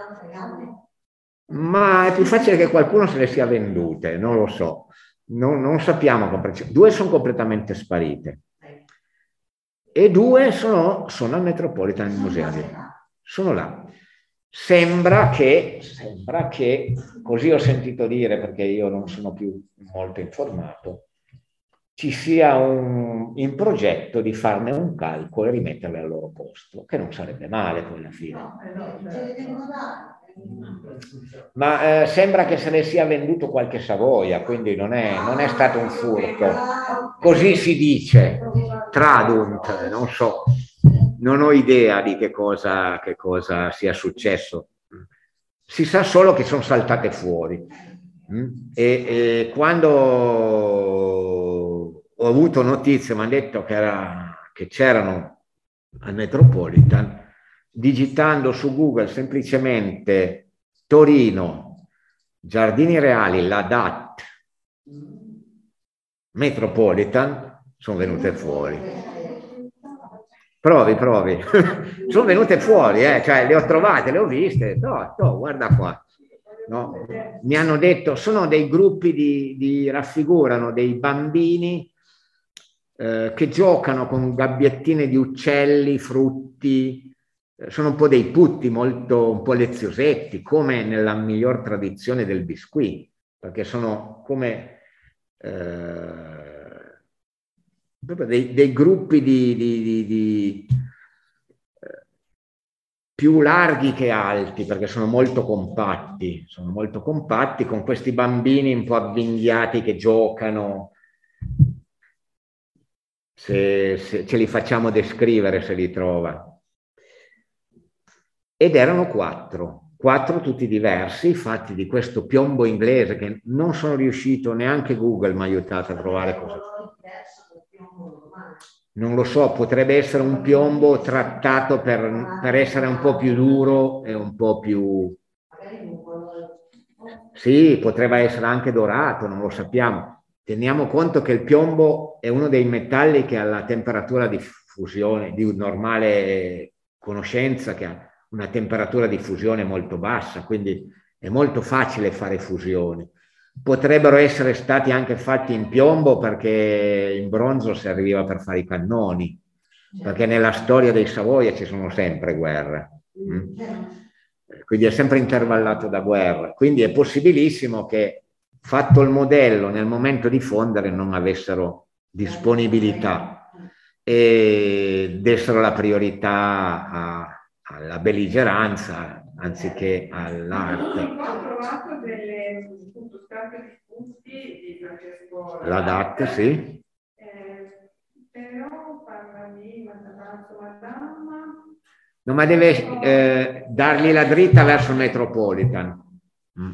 Ma è più facile che qualcuno se le sia vendute, non lo so. Non, non sappiamo con precisione. Due sono completamente sparite. E due sono, sono al Metropolitan Museum. Sono là. Sembra che, sembra che, così ho sentito dire perché io non sono più molto informato, ci sia un, in progetto di farne un calcolo e rimetterle al loro posto, che non sarebbe male poi alla fine. Ma eh, sembra che se ne sia venduto qualche Savoia, quindi non è, non è stato un furto. Così si dice, tradunt, non so, non ho idea di che cosa, che cosa sia successo. Si sa solo che sono saltate fuori. E, e quando ho avuto notizie, mi hanno detto che, era, che c'erano al Metropolitan, digitando su Google semplicemente Torino, Giardini Reali, la D A T, Metropolitan, sono venute fuori. Provi, provi. Sono venute fuori, eh? Cioè le ho trovate, le ho viste. No, no, guarda qua. No. Mi hanno detto, sono dei gruppi di, di raffigurano dei bambini eh, che giocano con gabbiettine di uccelli, frutti, eh, sono un po' dei putti, molto, un po' leziosetti, come nella miglior tradizione del biscuit, perché sono come eh, dei, dei gruppi di, di, di, di più larghi che alti, perché sono molto compatti, sono molto compatti, con questi bambini un po' avvinghiati che giocano. Se, se ce li facciamo descrivere, se li trova. Ed erano quattro, quattro tutti diversi, fatti di questo piombo inglese che non sono riuscito, neanche Google mi ha aiutato a trovare cosa. Non lo so, potrebbe essere un piombo trattato per, per essere un po' più duro e un po' più... Sì, potrebbe essere anche dorato, non lo sappiamo. Teniamo conto che il piombo è uno dei metalli che ha la temperatura di fusione, di normale conoscenza, che ha una temperatura di fusione molto bassa, quindi è molto facile fare fusioni. Potrebbero essere stati anche fatti in piombo perché in bronzo serviva per fare i cannoni, perché nella storia dei Savoia ci sono sempre guerre. Mm? Quindi è sempre intervallato da guerra. Quindi è possibilissimo che, fatto il modello, nel momento di fondere non avessero disponibilità e dessero la priorità a, alla belligeranza anziché all'arte. Ho trovato delle stampe di spunti di Francesco La D A T, sì. Eh, però parla di Matarazzo Madama. No, ma deve eh, dargli la dritta verso il Metropolitan. Mm.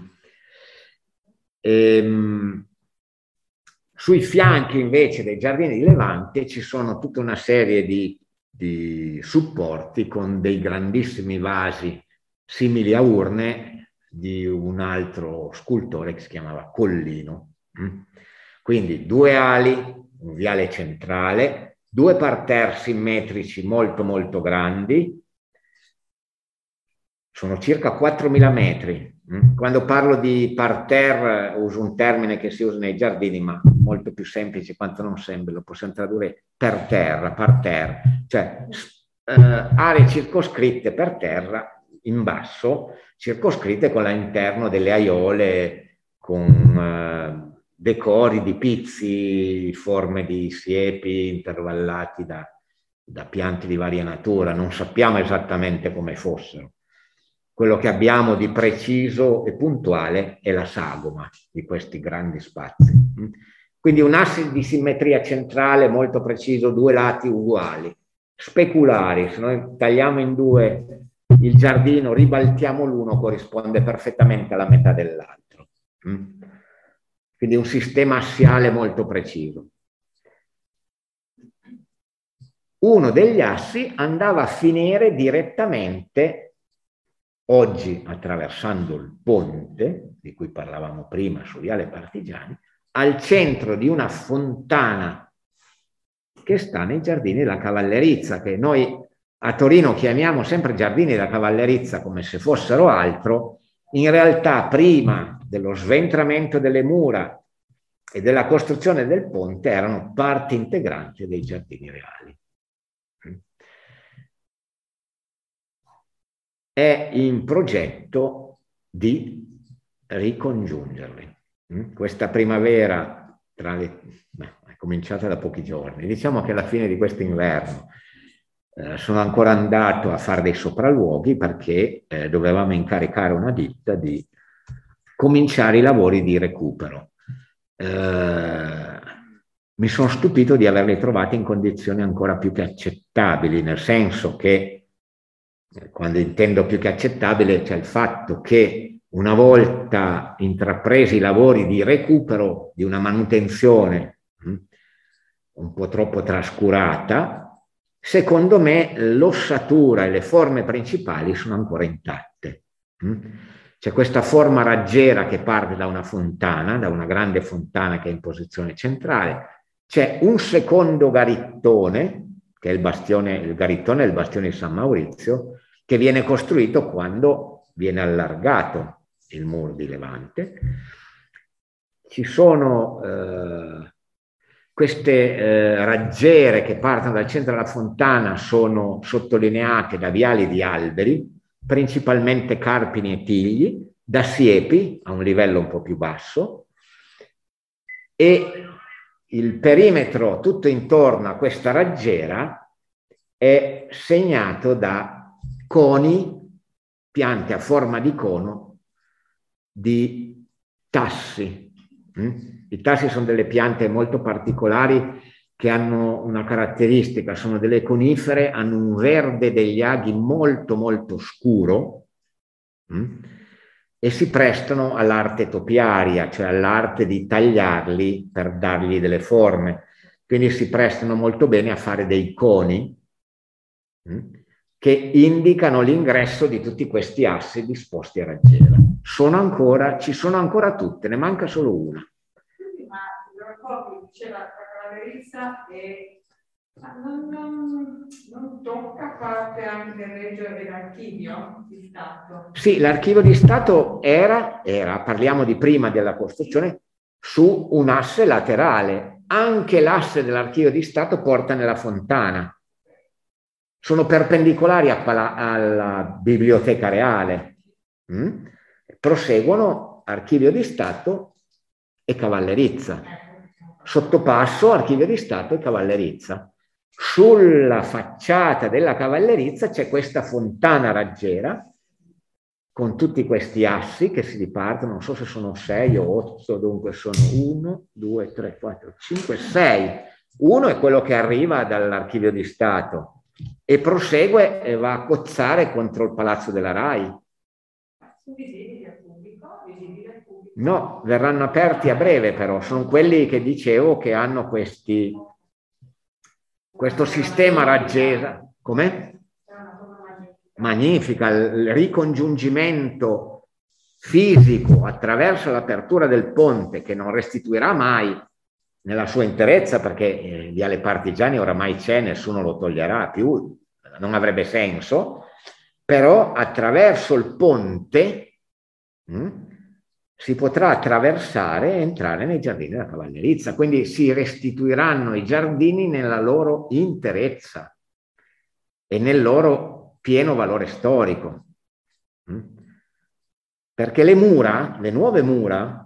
Ehm, sui fianchi invece dei giardini di Levante ci sono tutta una serie di, di supporti con dei grandissimi vasi simili a urne di un altro scultore che si chiamava Collino. Quindi due ali, un viale centrale, due parterre simmetrici molto molto grandi, sono circa quattromila metri. Quando parlo di parterre uso un termine che si usa nei giardini, ma molto più semplice quanto non sembra, lo possiamo tradurre per terra, parterre, cioè eh, aree circoscritte per terra, in basso, circoscritte con all'interno delle aiole, con eh, decori di pizzi, forme di siepi intervallati da, da piante di varia natura, non sappiamo esattamente come fossero. Quello che abbiamo di preciso e puntuale è la sagoma di questi grandi spazi. Quindi un asse di simmetria centrale molto preciso, due lati uguali, speculari. Se noi tagliamo in due il giardino, ribaltiamo l'uno, corrisponde perfettamente alla metà dell'altro. Quindi un sistema assiale molto preciso. Uno degli assi andava a finire direttamente, oggi attraversando il ponte, di cui parlavamo prima su Viale Partigiani, al centro di una fontana che sta nei giardini della Cavallerizza, che noi a Torino chiamiamo sempre giardini della Cavallerizza come se fossero altro. In realtà prima dello sventramento delle mura e della costruzione del ponte erano parte integrante dei giardini reali. È in progetto di ricongiungerli. Questa primavera, tra le, beh, è cominciata da pochi giorni, diciamo che alla fine di quest'inverno eh, sono ancora andato a fare dei sopralluoghi perché eh, dovevamo incaricare una ditta di cominciare i lavori di recupero. Eh, mi sono stupito di averli trovati in condizioni ancora più che accettabili, nel senso che, quando intendo più che accettabile, c'è il fatto che una volta intrapresi i lavori di recupero di una manutenzione mh, un po' troppo trascurata, secondo me l'ossatura e le forme principali sono ancora intatte. Mh. C'è questa forma raggiera che parte da una fontana, da una grande fontana che è in posizione centrale, c'è un secondo garittone che è il bastione, il Garittone è il bastione di San Maurizio, che viene costruito quando viene allargato il muro di Levante. Ci sono eh, queste eh, raggiere che partono dal centro della fontana, sono sottolineate da viali di alberi, principalmente carpini e tigli, da siepi a un livello un po' più basso, e il perimetro tutto intorno a questa raggiera è segnato da coni, piante a forma di cono di tassi. I tassi sono delle piante molto particolari che hanno una caratteristica, sono delle conifere, hanno un verde degli aghi molto molto scuro e si prestano all'arte topiaria, cioè all'arte di tagliarli per dargli delle forme. Quindi si prestano molto bene a fare dei coni che indicano l'ingresso di tutti questi assi disposti a raggiera. Sono ancora, ci sono ancora tutte, ne manca solo una. Ma Rocco diceva la cavallerizza e non, non, non tocca parte anche Reggio dell'archivio di Stato? Sì, l'archivio di Stato era, era, parliamo di prima della costruzione, su un asse laterale. Anche l'asse dell'archivio di Stato porta nella fontana. Sono perpendicolari a, alla Biblioteca Reale. Mm? Proseguono Archivio di Stato e Cavallerizza. Sottopasso Archivio di Stato e Cavallerizza. Sulla facciata della Cavallerizza c'è questa fontana raggiera con tutti questi assi che si dipartono, non so se sono sei o otto, dunque sono uno, due, tre, quattro, cinque, sei. Uno è quello che arriva dall'Archivio di Stato e prosegue e va a cozzare contro il Palazzo della Rai. Sono visibili al pubblico? Visibili al pubblico? No, verranno aperti a breve però, sono quelli che dicevo che hanno questi, questo sistema raggiera. Com'è? Magnifica, il ricongiungimento fisico attraverso l'apertura del ponte che non restituirà mai nella sua interezza, perché eh, Viale Partigiani oramai c'è, nessuno lo toglierà più, non avrebbe senso, però attraverso il ponte mh, si potrà attraversare e entrare nei giardini della Cavallerizza, quindi si restituiranno i giardini nella loro interezza e nel loro pieno valore storico, mh, perché le mura, le nuove mura,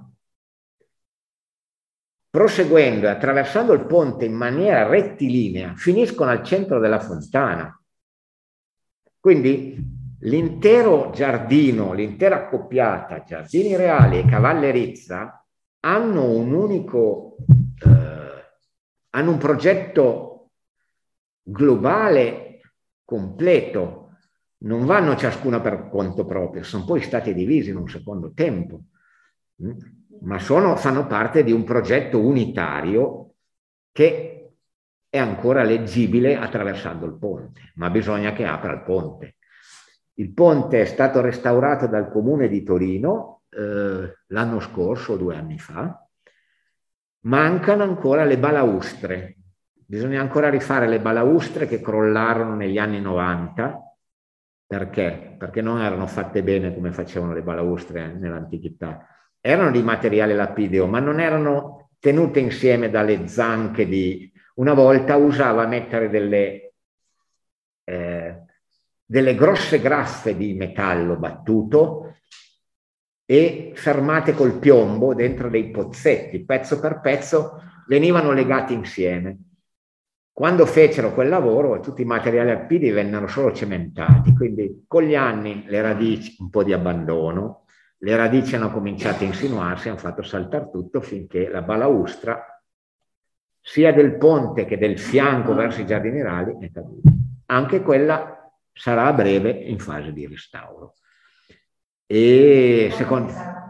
proseguendo e attraversando il ponte in maniera rettilinea, finiscono al centro della fontana. Quindi l'intero giardino, l'intera accoppiata, Giardini Reali e Cavallerizza, hanno un unico, eh, hanno un progetto globale, completo. Non vanno ciascuna per conto proprio, sono poi stati divisi in un secondo tempo. Ma sono, fanno parte di un progetto unitario che è ancora leggibile attraversando il ponte, ma bisogna che apra il ponte. Il ponte è stato restaurato dal Comune di Torino eh, l'anno scorso, due anni fa. Mancano ancora le balaustre. Bisogna ancora rifare le balaustre che crollarono negli anni novanta. Perché? Perché non erano fatte bene come facevano le balaustre nell'antichità. Erano di materiale lapideo, ma non erano tenute insieme dalle zanche di... Una volta usava mettere delle, eh, delle grosse graffe di metallo battuto e fermate col piombo dentro dei pozzetti, pezzo per pezzo, venivano legati insieme. Quando fecero quel lavoro, tutti i materiali lapidei vennero solo cementati, quindi con gli anni le radici, un po' di abbandono, le radici hanno cominciato a insinuarsi, hanno fatto saltare tutto finché la balaustra, sia del ponte che del fianco verso i Giardini Reali, è caduta. Anche quella sarà a breve in fase di restauro. E secondo...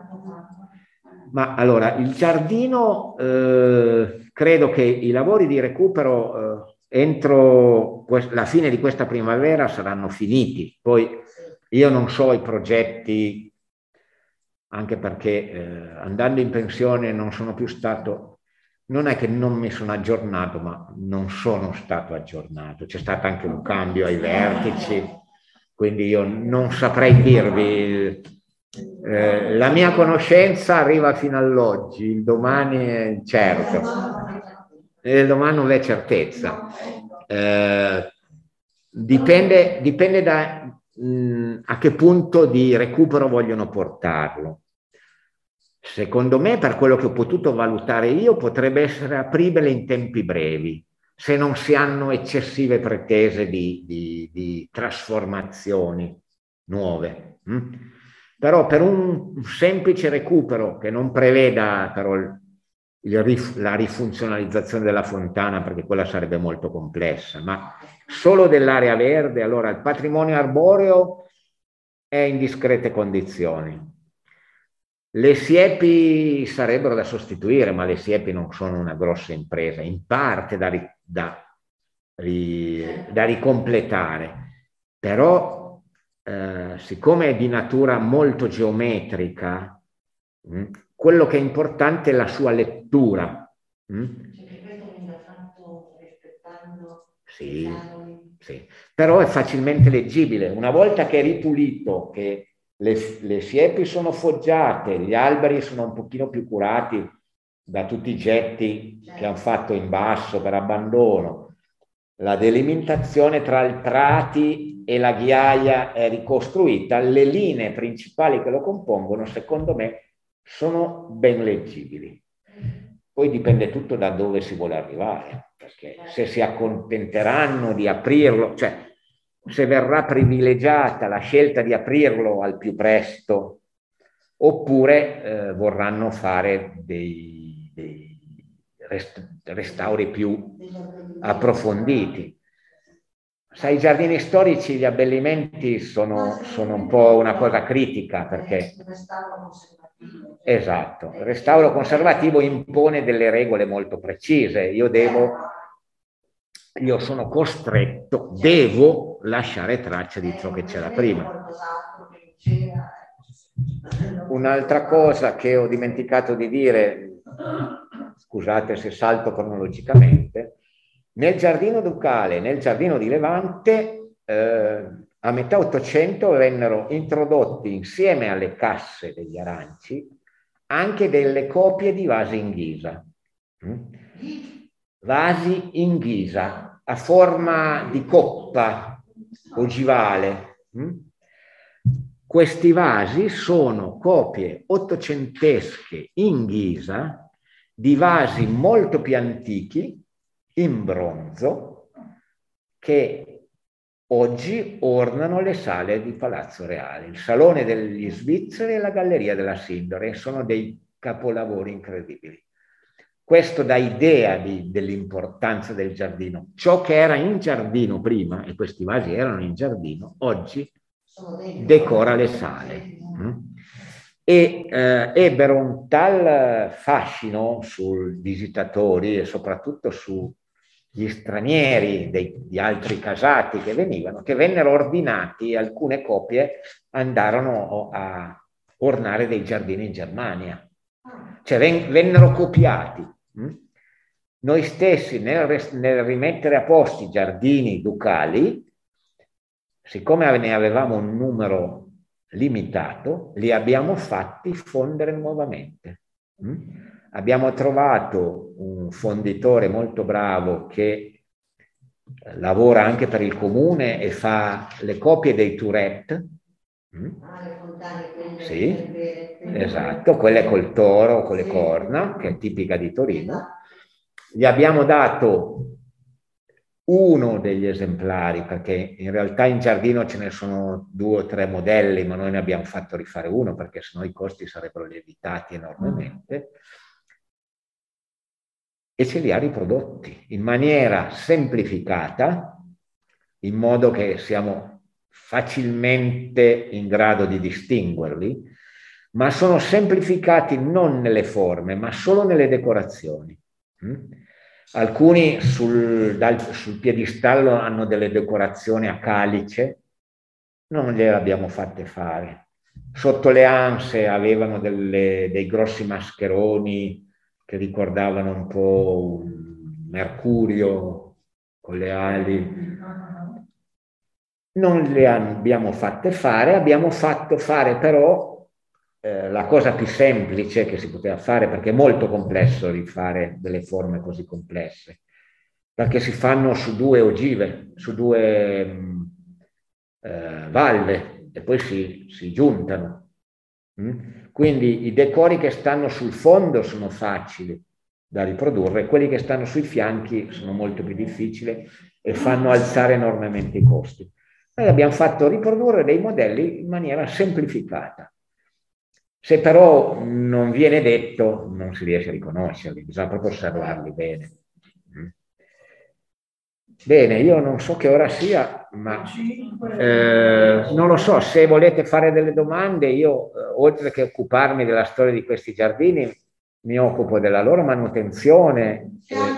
Ma allora, il giardino, eh, credo che i lavori di recupero eh, entro la fine di questa primavera saranno finiti. Poi io non so i progetti, anche perché eh, andando in pensione non sono più stato non è che non mi sono aggiornato, ma non sono stato aggiornato. C'è stato anche un cambio ai vertici, quindi io non saprei dirvi. Eh, la mia conoscenza arriva fino all'oggi, il domani è certo, e il domani non è certezza. Eh, dipende, dipende da mh, a che punto di recupero vogliono portarlo. Secondo me, per quello che ho potuto valutare io, potrebbe essere apribile in tempi brevi, se non si hanno eccessive pretese di, di, di trasformazioni nuove. Hm? Però per un semplice recupero che non preveda però il, il, la rifunzionalizzazione della fontana, perché quella sarebbe molto complessa, ma solo dell'area verde, allora il patrimonio arboreo è in discrete condizioni. Le siepi sarebbero da sostituire, ma le siepi non sono una grossa impresa, in parte da, ri, da, ri, da ricompletare, però eh, siccome è di natura molto geometrica, mh, quello che è importante è la sua lettura. Mh? Cioè che questo venga fatto rispettando sì, i canoni. Sì, però è facilmente leggibile. Una volta che è ripulito, che Le, le siepi sono foggiate, gli alberi sono un pochino più curati da tutti i getti che hanno fatto in basso per abbandono, la delimitazione tra i prati e la ghiaia è ricostruita, le linee principali che lo compongono, secondo me, sono ben leggibili. Poi dipende tutto da dove si vuole arrivare, perché se si accontenteranno di aprirlo, cioè se verrà privilegiata la scelta di aprirlo al più presto, oppure eh, vorranno fare dei, dei rest, restauri più approfonditi. Sai, i giardini storici, gli abbellimenti sono, sono un po' una cosa critica, perché esatto, il restauro conservativo impone delle regole molto precise. Io devo Io sono costretto, devo lasciare traccia di ciò che c'era prima. Un'altra cosa che ho dimenticato di dire, scusate se salto cronologicamente, nel giardino ducale, nel giardino di Levante, eh, a metà Ottocento vennero introdotti insieme alle casse degli aranci anche delle copie di vasi in ghisa. Mm? Vasi in ghisa a forma di coppa ogivale. Questi vasi sono copie ottocentesche in ghisa di vasi molto più antichi in bronzo che oggi ornano le sale di Palazzo Reale, il Salone degli Svizzeri e la Galleria della Sindone. Sono dei capolavori incredibili. Questo dà idea dell'importanza del giardino. Ciò che era in giardino prima, e questi vasi erano in giardino, oggi decora le sale. E eh, ebbero un tal fascino sui visitatori e soprattutto sugli stranieri dei, di altri casati che venivano, che vennero ordinati e alcune copie andarono a ornare dei giardini in Germania. Cioè vennero copiati. Noi stessi nel, nel rimettere a posto i giardini ducali, siccome ne avevamo un numero limitato, li abbiamo fatti fondere nuovamente. Abbiamo trovato un fonditore molto bravo che lavora anche per il comune e fa le copie dei Tourette. Sì, esatto, quelle col toro, con le corna, che è tipica di Torino. Gli abbiamo dato uno degli esemplari, perché in realtà in giardino ce ne sono due o tre modelli, ma noi ne abbiamo fatto rifare uno, perché sennò i costi sarebbero lievitati enormemente, e ce li ha riprodotti in maniera semplificata, in modo che siamo facilmente in grado di distinguerli, ma sono semplificati non nelle forme, ma solo nelle decorazioni. Alcuni sul, dal, sul piedistallo hanno delle decorazioni a calice, non gliele abbiamo fatte fare. Sotto le anse avevano delle, dei grossi mascheroni che ricordavano un po' un Mercurio con le ali. Non le abbiamo fatte fare, abbiamo fatto fare però eh, la cosa più semplice che si poteva fare, perché è molto complesso rifare delle forme così complesse, perché si fanno su due ogive, su due mh, eh, valve e poi si, si giuntano. Mm? Quindi i decori che stanno sul fondo sono facili da riprodurre, quelli che stanno sui fianchi sono molto più difficili e fanno alzare enormemente i costi. Noi abbiamo fatto riprodurre dei modelli in maniera semplificata. Se però non viene detto, non si riesce a riconoscerli, bisogna proprio osservarli bene. Bene, io non so che ora sia, ma eh, non lo so, se volete fare delle domande, io eh, oltre che occuparmi della storia di questi giardini, mi occupo della loro manutenzione.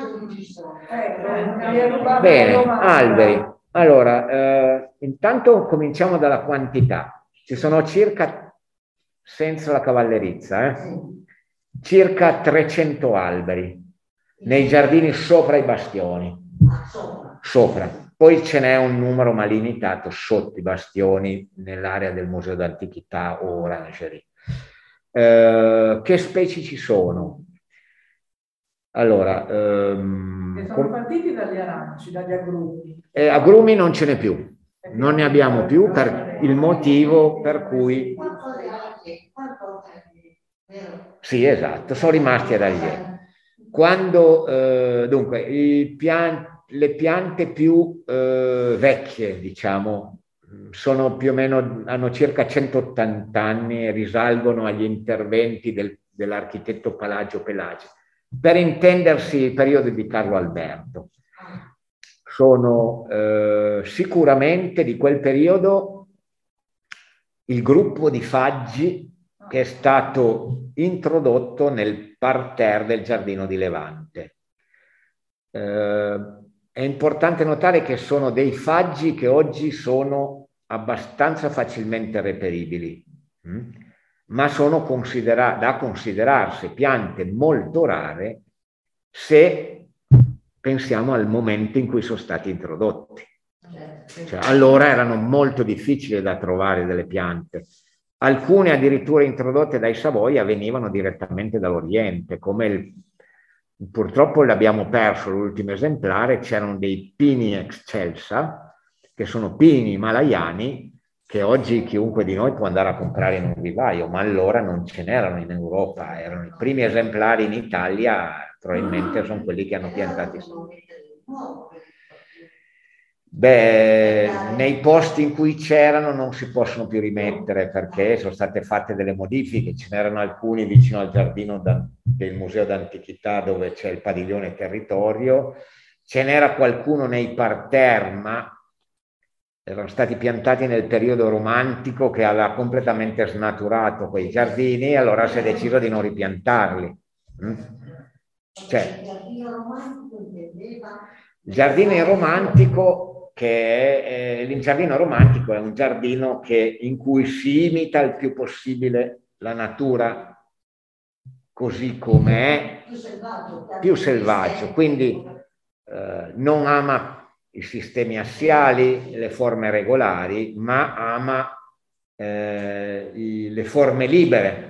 Eh, bene, alberi. Allora, eh, intanto cominciamo dalla quantità. Ci sono circa, senza la cavallerizza, eh, circa trecento alberi nei giardini sopra i bastioni. Sopra. Poi ce n'è un numero ma limitato sotto i bastioni nell'area del Museo d'Antichità o Orangerie. Eh, che specie ci sono? Allora, ehm, e sono partiti dagli aranci, dagli agrumi. Eh, agrumi non ce n'è più, non ne abbiamo più per il motivo per cui... Sì, esatto, sono rimasti ad alieni. Quando, eh, dunque, i pian le piante più eh, vecchie, diciamo, sono più o meno, hanno circa centottanta anni e risalgono agli interventi del, dell'architetto Palagio Pelagi. Per intendersi il periodo di Carlo Alberto. Sono eh, sicuramente di quel periodo il gruppo di faggi che è stato introdotto nel parterre del Giardino di Levante. Eh, è importante notare che sono dei faggi che oggi sono abbastanza facilmente reperibili, hm? ma sono considera- da considerarsi piante molto rare se pensiamo al momento in cui sono stati introdotti. Cioè, allora erano molto difficili da trovare delle piante. Alcune addirittura introdotte dai Savoia venivano direttamente dall'Oriente, come il, purtroppo l'abbiamo perso l'ultimo esemplare, c'erano dei pini excelsa, che sono pini himalayani, che oggi chiunque di noi può andare a comprare in un vivaio, ma allora non ce n'erano in Europa, erano i primi esemplari in Italia, probabilmente sono quelli che hanno piantati. Beh, nei posti in cui c'erano non si possono più rimettere perché sono state fatte delle modifiche, ce n'erano alcuni vicino al giardino da, del Museo d'Antichità dove c'è il padiglione territorio, ce n'era qualcuno nei parterre, ma erano stati piantati nel periodo romantico che aveva completamente snaturato quei giardini e allora si è deciso di non ripiantarli. Cioè, il giardino romantico, che è, eh, il giardino romantico è un giardino che, in cui si imita il più possibile la natura così come è, più selvaggio, più selvaggio. Quindi eh, non ama i sistemi assiali, le forme regolari, ma ama eh, i, le forme libere.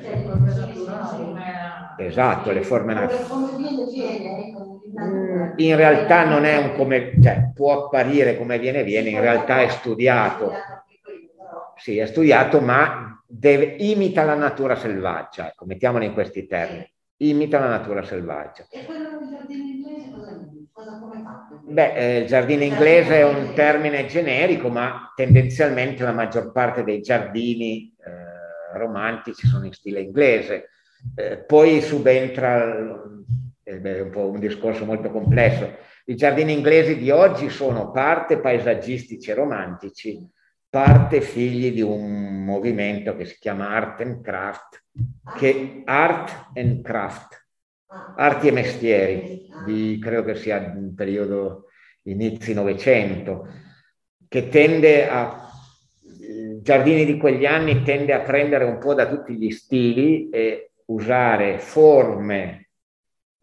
Esatto, le forme naturali. In realtà non è un come, cioè può apparire come viene viene, in realtà è studiato. Sì, è studiato, ma deve, imita la natura selvaggia, ecco, mettiamolo in questi termini. Imita la natura selvaggia. E quello del giardino inglese cosa, cosa come fatto? Beh, eh, il giardino inglese è un termine generico, ma tendenzialmente la maggior parte dei giardini eh, romantici sono in stile inglese. Eh, poi subentra, eh, è un po' un discorso molto complesso, i giardini inglesi di oggi sono parte paesaggistici e romantici, parte figli di un movimento che si chiama Art and Craft, che Art and Craft, arti e mestieri, di, credo che sia un periodo inizi Novecento, che tende a, i giardini di quegli anni tende a prendere un po' da tutti gli stili e usare forme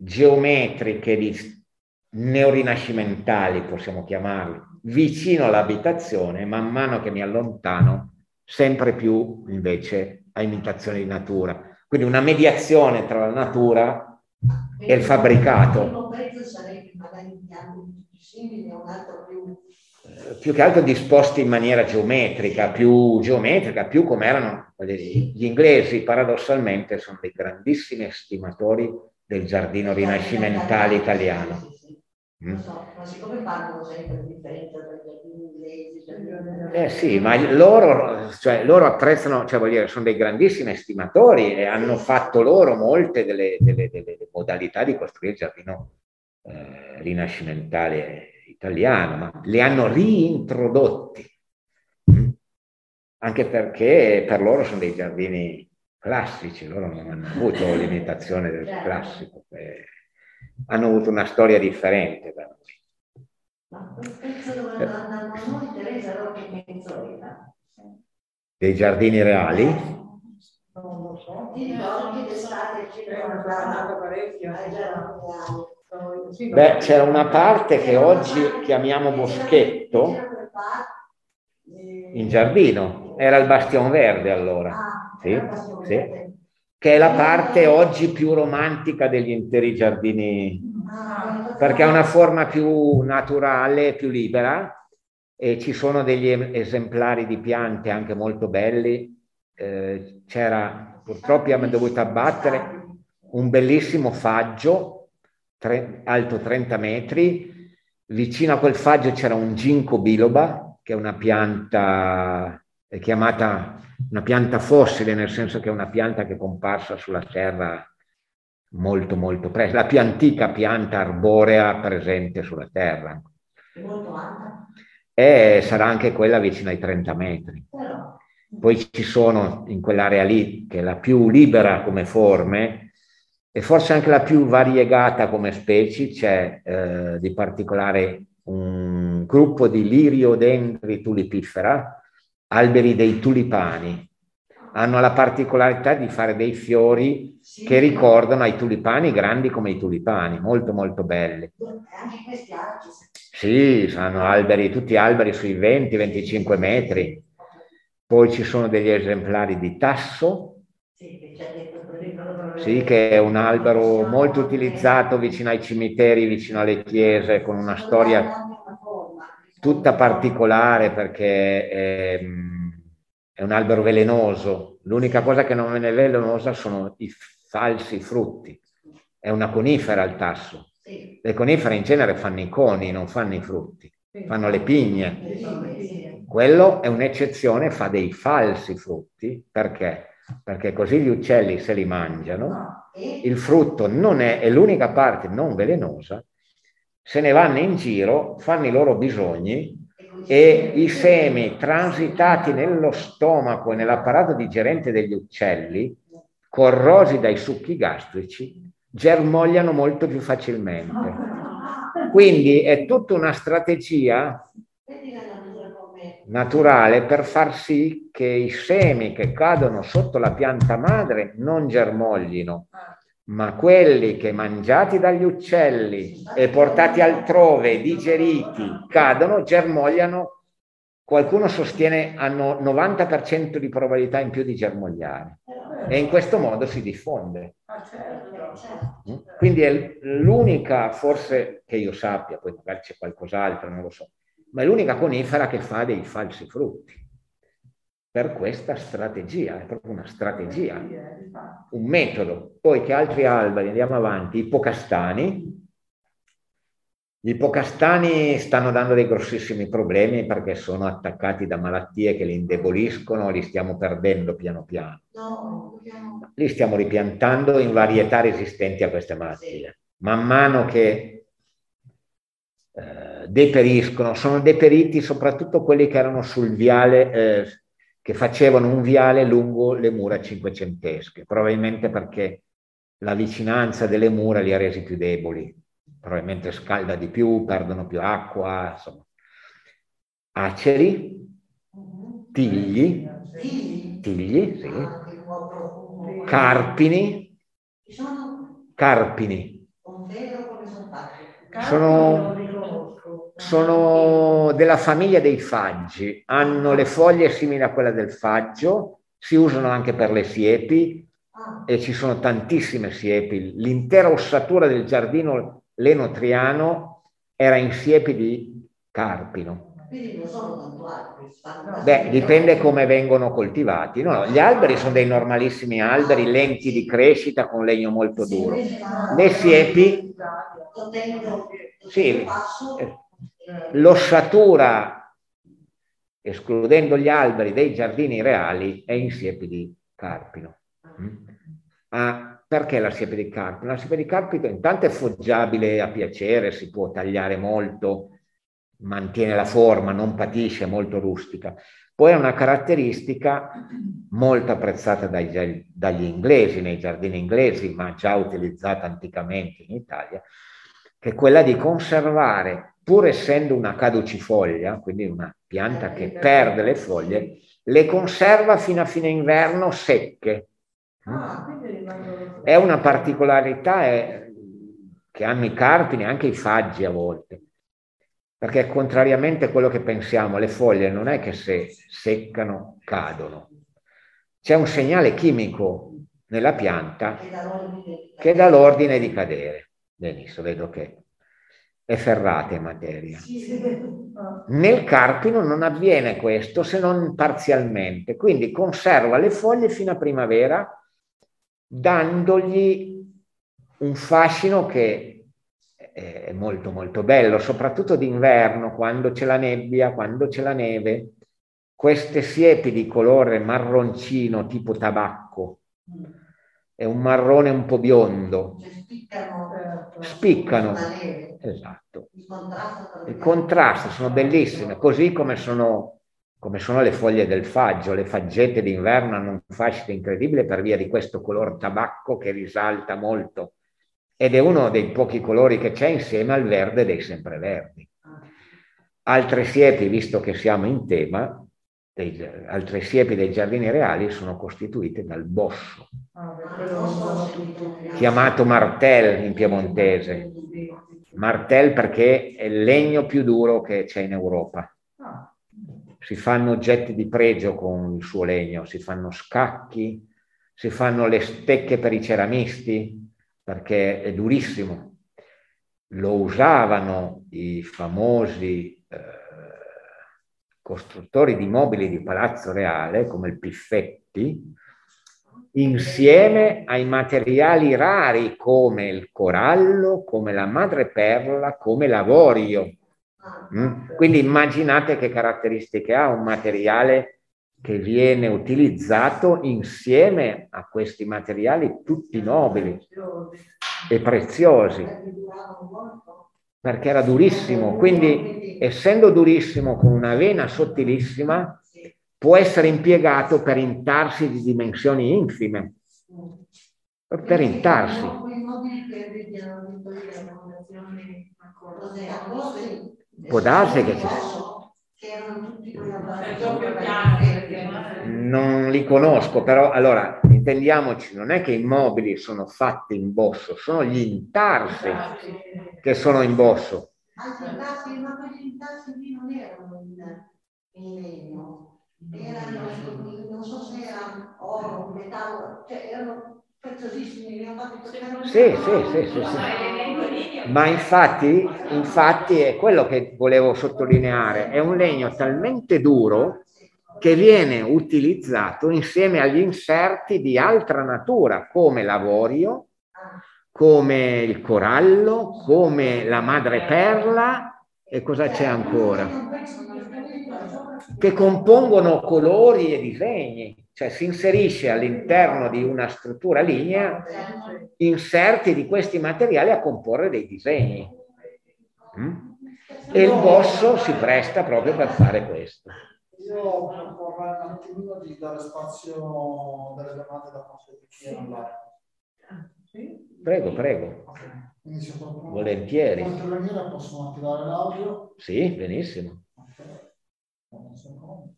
geometriche, di neorinascimentali, possiamo chiamarli, vicino all'abitazione, man mano che mi allontano, sempre più invece a imitazione di natura. Quindi una mediazione tra la natura e il fabbricato. Il primo pezzo sarebbe magari un piano simile a un altro più... più che altro disposti in maniera geometrica, più geometrica, più come erano gli inglesi. Paradossalmente sono dei grandissimi estimatori del giardino rinascimentale italiano. Non so, ma siccome parlano sempre di differenza tra i giardini inglesi, giardini... Eh sì, ma loro, cioè, loro apprezzano, cioè, voglio dire, sono dei grandissimi estimatori e hanno fatto loro molte delle, delle, delle modalità di costruire il giardino eh, rinascimentale italiano, ma li hanno riintrodotti, anche perché per loro sono dei giardini classici, loro non hanno avuto l'imitazione del classico, eh, hanno avuto una storia differente da noi. Ma quel pezzo dove andavano noi, Teresa, allora che pezzo era? Dei giardini reali? Non lo so. Ti ricordi d'estate È andato parecchio. Beh, c'è una parte che oggi chiamiamo boschetto in giardino, era il Bastion Verde allora, sì, sì, che è la parte oggi più romantica degli interi giardini, perché ha una forma più naturale, più libera, e ci sono degli esemplari di piante anche molto belli. Eh, c'era, purtroppo abbiamo dovuto abbattere un bellissimo faggio tre, alto trenta metri, vicino a quel faggio c'era un ginkgo biloba, che è una pianta, è chiamata una pianta fossile, nel senso che è una pianta che è comparsa sulla terra molto molto presto, la più antica pianta arborea presente sulla terra. È molto alta? E sarà anche quella vicino ai trenta metri. Però. Poi ci sono in quell'area lì, che è la più libera come forme, e forse anche la più variegata come specie, c'è eh, di particolare un gruppo di liriodendri tulipifera, alberi dei tulipani. Hanno la particolarità di fare dei fiori che ricordano ai tulipani, grandi come i tulipani, molto molto belli. Anche questi altri? Sì, sono alberi, tutti alberi sui venti venticinque metri. Poi ci sono degli esemplari di tasso, sì, che è un albero molto utilizzato vicino ai cimiteri, vicino alle chiese, con una storia tutta particolare perché è, è un albero velenoso. L'unica cosa che non è velenosa sono i falsi frutti. È una conifera il tasso. Le conifere in genere fanno i coni, non fanno i frutti, fanno le pigne. Quello è un'eccezione, fa dei falsi frutti. Perché? Perché così gli uccelli se li mangiano, il frutto non è, è l'unica parte non velenosa, se ne vanno in giro, fanno i loro bisogni e i semi transitati nello stomaco e nell'apparato digerente degli uccelli, corrosi dai succhi gastrici, germogliano molto più facilmente. Quindi è tutta una strategia naturale per far sì che i semi che cadono sotto la pianta madre non germoglino, ma quelli che mangiati dagli uccelli e portati altrove, digeriti, cadono, germogliano. Qualcuno sostiene hanno novanta per cento di probabilità in più di germogliare e in questo modo si diffonde. Quindi è l'unica, forse che io sappia, poi magari c'è qualcos'altro, non lo so, ma è l'unica conifera che fa dei falsi frutti. Per questa strategia, è proprio una strategia, un metodo. Poi che altri alberi, andiamo avanti, i ipocastani. Gli ipocastani stanno dando dei grossissimi problemi perché sono attaccati da malattie che li indeboliscono, li stiamo perdendo piano piano. Li stiamo ripiantando in varietà resistenti a queste malattie. Man mano che eh, deperiscono, sono deperiti soprattutto quelli che erano sul viale, eh, che facevano un viale lungo le mura cinquecentesche, probabilmente perché la vicinanza delle mura li ha resi più deboli. Probabilmente scalda di più, perdono più acqua, insomma. Aceri, tigli, tigli, sì. Carpini, carpini, Non vedo come sono fatti. Sono, sono della famiglia dei faggi, hanno le foglie simili a quella del faggio, si usano anche per le siepi e ci sono tantissime siepi. L'intera ossatura del giardino lenotriano era in siepi di carpino. Quindi non sono tanto alti. Beh, dipende come vengono coltivati. No, no, gli alberi sono dei normalissimi alberi lenti di crescita con legno molto duro. Le siepi, sì, l'ossatura, escludendo gli alberi dei giardini reali, è in siepi di carpino. Ah, perché la siepe di carpino? La siepe di carpino intanto è foggiabile a piacere, si può tagliare molto, mantiene la forma, non patisce, è molto rustica. Poi è una caratteristica molto apprezzata dai, dagli inglesi, nei giardini inglesi, ma già utilizzata anticamente in Italia, che è quella di conservare, pur essendo una caducifoglia, quindi una pianta che perde le foglie, le conserva fino a fine inverno secche. È una particolarità eh, che hanno i carpini, anche i faggi a volte. Perché contrariamente a quello che pensiamo, le foglie non è che se seccano cadono. C'è un segnale chimico nella pianta che dà l'ordine di cadere. Benissimo, vedo che è ferrata in materia. Nel carpino non avviene questo se non parzialmente, quindi conserva le foglie fino a primavera, dandogli un fascino che è molto molto bello, soprattutto d'inverno, quando c'è la nebbia, quando c'è la neve. Queste siepi di colore marroncino tipo tabacco, è un marrone un po' biondo, spiccano, esatto, il contrasto, sono bellissime, così come sono, come sono le foglie del faggio. Le faggette d'inverno hanno un fascino incredibile per via di questo color tabacco che risalta molto. Ed è uno dei pochi colori che c'è insieme al verde dei sempreverdi. Altre siepi, visto che siamo in tema, dei, altre siepi dei giardini reali sono costituite dal bosso, chiamato martel in piemontese. Martel perché è il legno più duro che c'è in Europa. Si fanno oggetti di pregio con il suo legno, si fanno scacchi, si fanno le stecche per i ceramisti, perché è durissimo. Lo usavano i famosi eh, costruttori di mobili di Palazzo Reale, come il Piffetti, insieme ai materiali rari come il corallo, come la madreperla, come l'avorio. Mm? Quindi immaginate che caratteristiche ha un materiale che viene utilizzato insieme a questi materiali tutti nobili e preziosi, perché era durissimo. Quindi, essendo durissimo con una vena sottilissima, può essere impiegato per intarsi di dimensioni infime, per intarsi. Può darsi che ci sia. Non li conosco, però allora intendiamoci, non è che i mobili sono fatti in bosso, sono gli intarsi che sono in bosso. Ma quegli intarsi lì non erano in legno, erano, non so se era oro, metallo, cioè erano preziosissimi, li hanno fatti toccare. Sì, sì, sì, sì, sì. Ma infatti, infatti è quello che volevo sottolineare, è un legno talmente duro che viene utilizzato insieme agli inserti di altra natura, come l'avorio, come il corallo, come la madreperla e cosa c'è ancora? Che compongono colori e disegni, cioè si inserisce all'interno di una struttura lignea inserti di questi materiali a comporre dei disegni. Mm? E il bosso si presta proprio per fare questo. Io vorrei un attimino di dare spazio delle domande da parte di chi è online. Prego, prego. Okay. Volentieri. Per intervenire possono attivare l'audio? Sì, benissimo. Okay. Un secondo.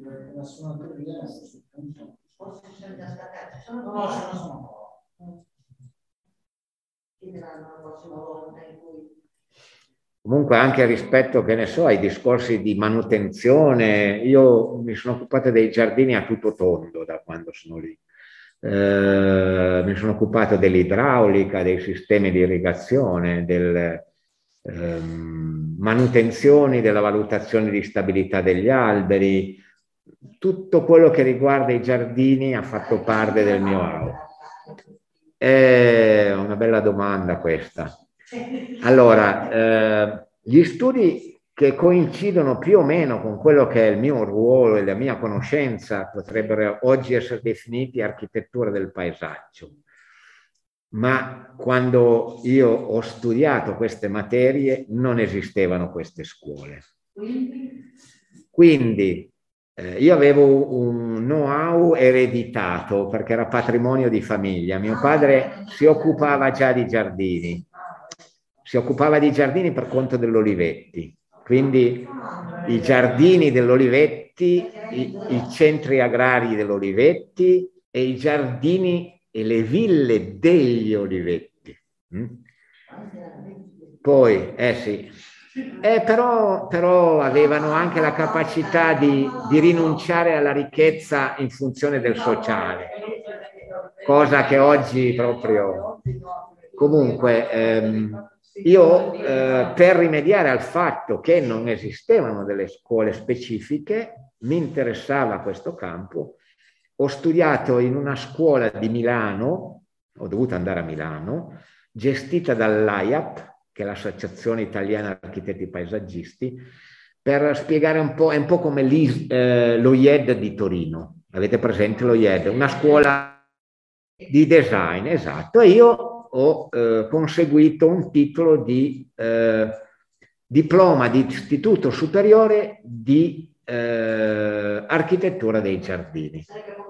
una suoneria, Forse sono già staccati. Sono no, no, sono sono chiederanno la prossima volta in cui. Comunque anche rispetto, che ne so, ai discorsi di manutenzione, io mi sono occupato dei giardini a tutto tondo da quando sono lì. Eh, mi sono occupato dell'idraulica, dei sistemi di irrigazione, delle ehm, manutenzioni, della valutazione di stabilità degli alberi. Tutto quello che riguarda i giardini ha fatto parte del mio lavoro. È una bella domanda questa. Allora, eh, gli studi che coincidono più o meno con quello che è il mio ruolo e la mia conoscenza potrebbero oggi essere definiti architettura del paesaggio. Ma quando io ho studiato queste materie non esistevano queste scuole. Quindi eh, io avevo un know-how ereditato perché era patrimonio di famiglia. Mio padre si occupava già di giardini. Si occupava di giardini per conto dell'Olivetti, quindi i giardini dell'Olivetti, i, i centri agrari dell'Olivetti e i giardini e le ville degli Olivetti. Mm? Poi, eh sì, eh, però, però avevano anche la capacità di, di rinunciare alla ricchezza in funzione del sociale, cosa che oggi proprio... Comunque... Ehm, Io, eh, per rimediare al fatto che non esistevano delle scuole specifiche, mi interessava questo campo. Ho studiato in una scuola di Milano, ho dovuto andare a Milano, gestita dall'A I A P, che è l'Associazione Italiana Architetti Paesaggisti, per spiegare un po', è un po' come eh, l'O I E D di Torino. Avete presente l'O I E D? Una scuola di design, esatto. E io ho eh, conseguito un titolo di eh, diploma di istituto superiore di eh, architettura dei giardini.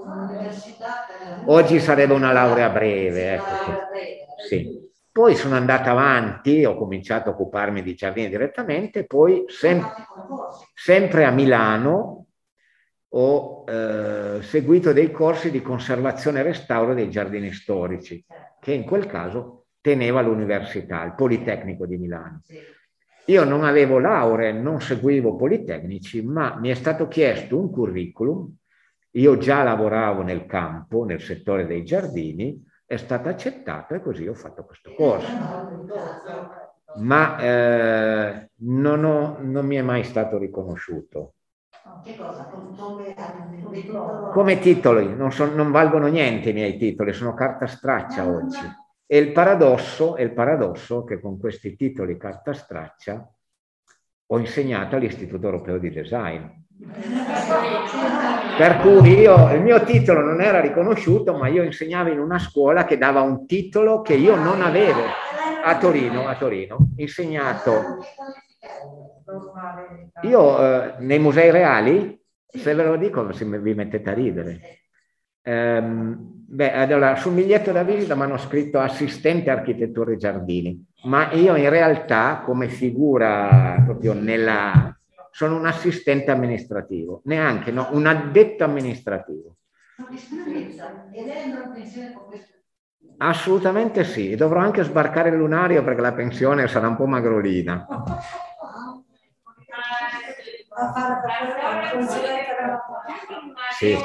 Oggi sarebbe una laurea breve, ecco. Sì. Poi sono andata avanti, ho cominciato a occuparmi di giardini direttamente, poi sem sempre a Milano ho eh, seguito dei corsi di conservazione e restauro dei giardini storici, che in quel caso teneva l'università, il Politecnico di Milano. Io non avevo lauree, non seguivo politecnici, ma mi è stato chiesto un curriculum, io già lavoravo nel campo, nel settore dei giardini, è stato accettato e così ho fatto questo corso. Ma eh, non, ho, non mi è mai stato riconosciuto. Che cosa? Come, come titoli, non, so, non valgono niente i miei titoli, sono carta straccia oggi. E il paradosso è il paradosso che con questi titoli carta straccia ho insegnato all'Istituto Europeo di Design. Per cui io, il mio titolo non era riconosciuto, ma io insegnavo in una scuola che dava un titolo che io non avevo a Torino, a Torino, insegnato. Io eh, nei musei reali, se ve lo dico, se vi mettete a ridere. Ehm, beh, allora, sul biglietto da visita mi hanno scritto assistente architettura e giardini, ma io in realtà come figura proprio nella... sono un assistente amministrativo, neanche, no, un addetto amministrativo. Assolutamente sì, dovrò anche sbarcare il lunario perché la pensione sarà un po' magrolina. Sì.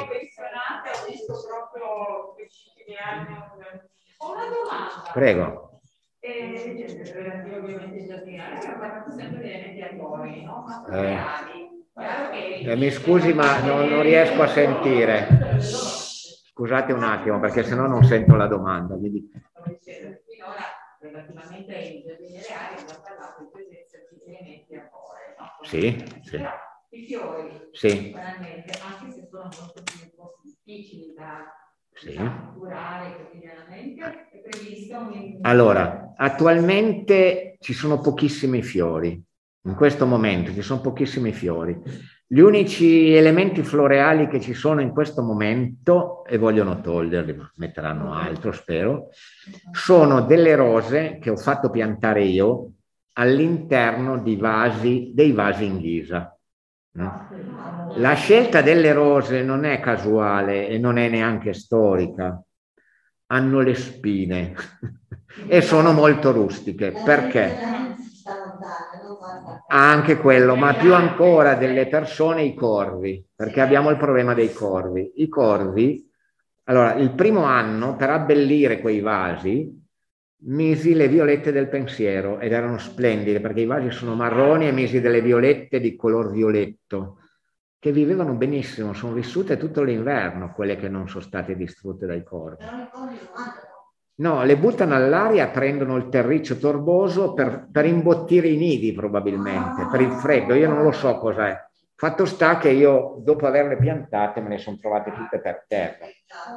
Ho una domanda. Prego. Relativo ovviamente ai giardinari, abbiamo parlato sempre degli elementi attori, no? Eh. Che... Eh, mi scusi, ma non, non riesco a sentire. Scusate un attimo, perché sennò non sento la domanda. Quindi... Finora, relativamente ai giardini reali, abbiamo parlato di presenza di elementi attori, no? Sì, sì. Però i fiori, sì. banalmente, anche se sono molto più difficili da... Sì. curare quotidianamente, è prevista un... Allora, attualmente ci sono pochissimi fiori, in questo momento ci sono pochissimi fiori. Gli unici elementi floreali che ci sono in questo momento, e vogliono toglierli, ma metteranno altro spero, sono delle rose che ho fatto piantare io all'interno di vasi, dei vasi in ghisa. La scelta delle rose non è casuale e non è neanche storica. Hanno le spine e sono molto rustiche. Perché? Anche quello, ma più ancora delle persone, i corvi, perché abbiamo il problema dei corvi. I corvi, allora, il primo anno per abbellire quei vasi misi le violette del pensiero ed erano splendide perché i vasi sono marroni e misi delle violette di color violetto che vivevano benissimo, sono vissute tutto l'inverno, quelle che non sono state distrutte dai corvi. No, le buttano all'aria, prendono il terriccio torboso per, per imbottire i nidi probabilmente, per il freddo, io non lo so cos'è. Fatto sta che io dopo averle piantate me ne sono trovate tutte per terra.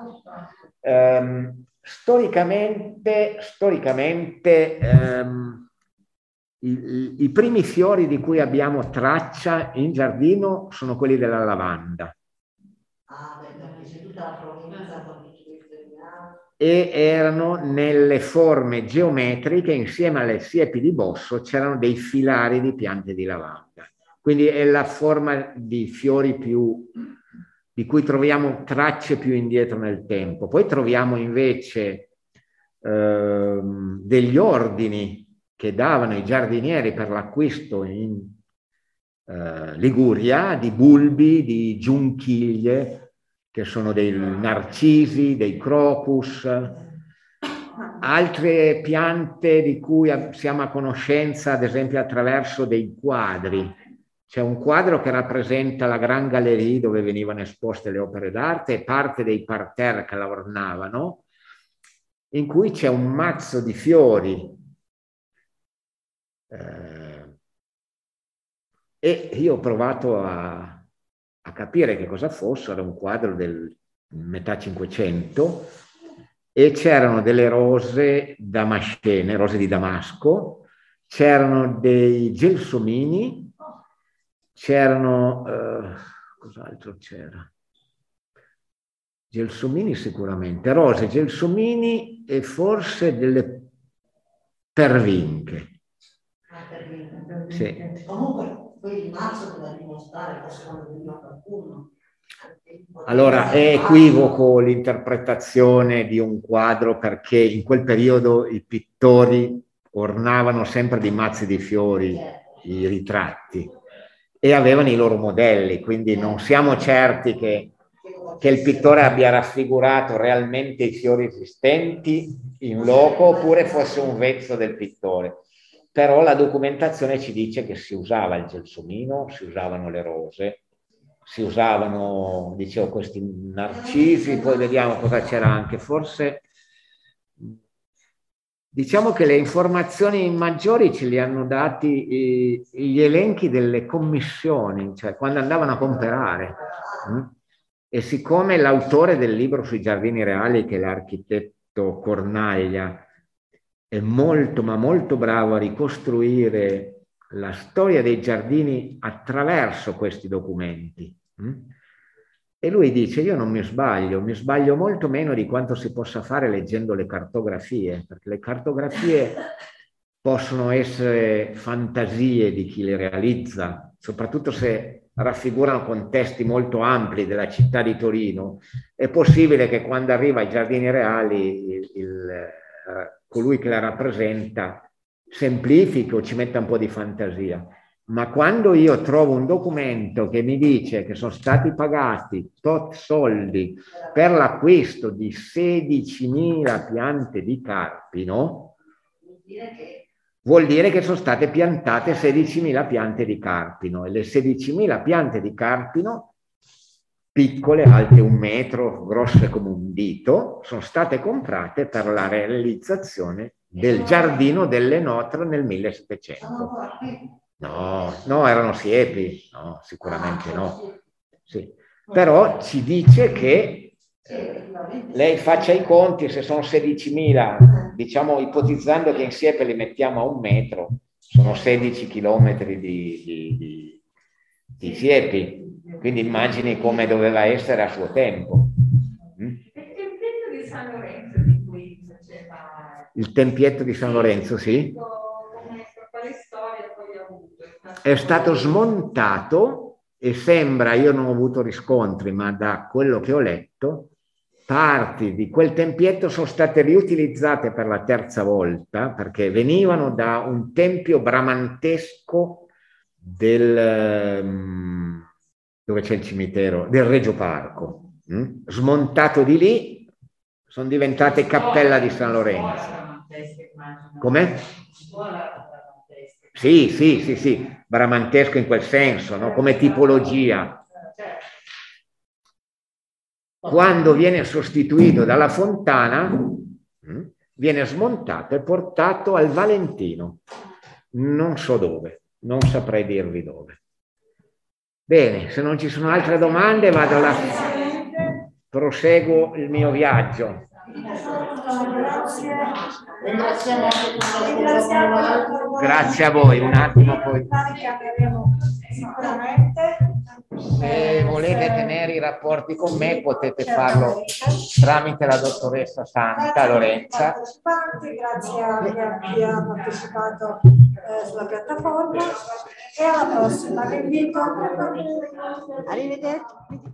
Um, storicamente, storicamente um, i, i primi fiori di cui abbiamo traccia in giardino sono quelli della lavanda. Ah, perché c'è tutta la provincia con e erano nelle forme geometriche, insieme alle siepi di bosso c'erano dei filari di piante di lavanda. Quindi è la forma di fiori più, di cui troviamo tracce più indietro nel tempo. Poi troviamo invece eh, degli ordini che davano i giardinieri per l'acquisto in eh, Liguria di bulbi, di giunchiglie, che sono dei narcisi, dei crocus, altre piante di cui siamo a conoscenza, ad esempio attraverso dei quadri. C'è un quadro che rappresenta la Gran Galleria dove venivano esposte le opere d'arte e parte dei parterre che la ornavano, in cui c'è un mazzo di fiori. Eh, e io ho provato a a capire che cosa fosse. Era un quadro del metà Cinquecento e c'erano delle rose damascene, rose di Damasco, c'erano dei gelsomini, c'erano, eh, cos'altro c'era? Gelsomini sicuramente, rose, gelsomini e forse delle pervinche. Ah, pervinche. Sì. Comunque, poi il mazzo doveva dimostrare che secondo veniva qualcuno. Allora, è equivoco l'interpretazione di un quadro perché in quel periodo i pittori ornavano sempre di mazzi di fiori i ritratti e avevano i loro modelli, quindi non siamo certi che, che il pittore abbia raffigurato realmente i fiori esistenti in loco oppure fosse un vezzo del pittore. Però la documentazione ci dice che si usava il gelsomino, si usavano le rose, si usavano, dicevo, questi narcisi, poi vediamo cosa c'era anche, forse, diciamo che le informazioni maggiori ce li hanno dati gli elenchi delle commissioni, cioè quando andavano a comprare. E siccome l'autore del libro sui giardini reali, che è l'architetto Cornaglia, è molto ma molto bravo a ricostruire la storia dei giardini attraverso questi documenti. E lui dice: io non mi sbaglio, mi sbaglio molto meno di quanto si possa fare leggendo le cartografie, perché le cartografie possono essere fantasie di chi le realizza, soprattutto se raffigurano contesti molto ampli della città di Torino. È possibile che quando arriva ai giardini reali il, il colui che la rappresenta semplifichi o ci metta un po' di fantasia, ma quando io trovo un documento che mi dice che sono stati pagati tot soldi per l'acquisto di sedicimila piante di carpino, vuol dire che sono state piantate sedicimila piante di carpino e le sedicimila piante di carpino, piccole, alte un metro, grosse come un dito, sono state comprate per la realizzazione del giardino delle Notre nel millesettecento. No, no, erano siepi, no, sicuramente no. Sì. Però ci dice che eh, lei faccia i conti, se sono sedicimila, diciamo ipotizzando che in siepe li mettiamo a un metro, sono sedici chilometri di, di, di, di siepi. Quindi immagini come doveva essere a suo tempo. Mm? Il tempietto di San Lorenzo di cui faceva... Il tempietto di San Lorenzo, sì. Come, quale storia poi ha avuto? È stato smontato e sembra, io non ho avuto riscontri, ma da quello che ho letto, parti di quel tempietto sono state riutilizzate per la terza volta perché venivano da un tempio bramantesco del, um, dove c'è il cimitero, del Regio Parco, hm? Smontato di lì, sono diventate cappella di San Lorenzo. Come? Sì, sì, sì, sì, bramantesco in quel senso, no? Come tipologia. Quando viene sostituito dalla fontana, viene smontato e portato al Valentino. Non so dove, non saprei dirvi dove. Bene, se non ci sono altre domande vado alla... proseguo il mio viaggio. Grazie a voi, un attimo poi. Se volete tenere i rapporti con me potete farlo tramite la dottoressa Santa Lorenza. Grazie a chi ha partecipato eh, sulla piattaforma e alla prossima. Vi invito. Arrivederci.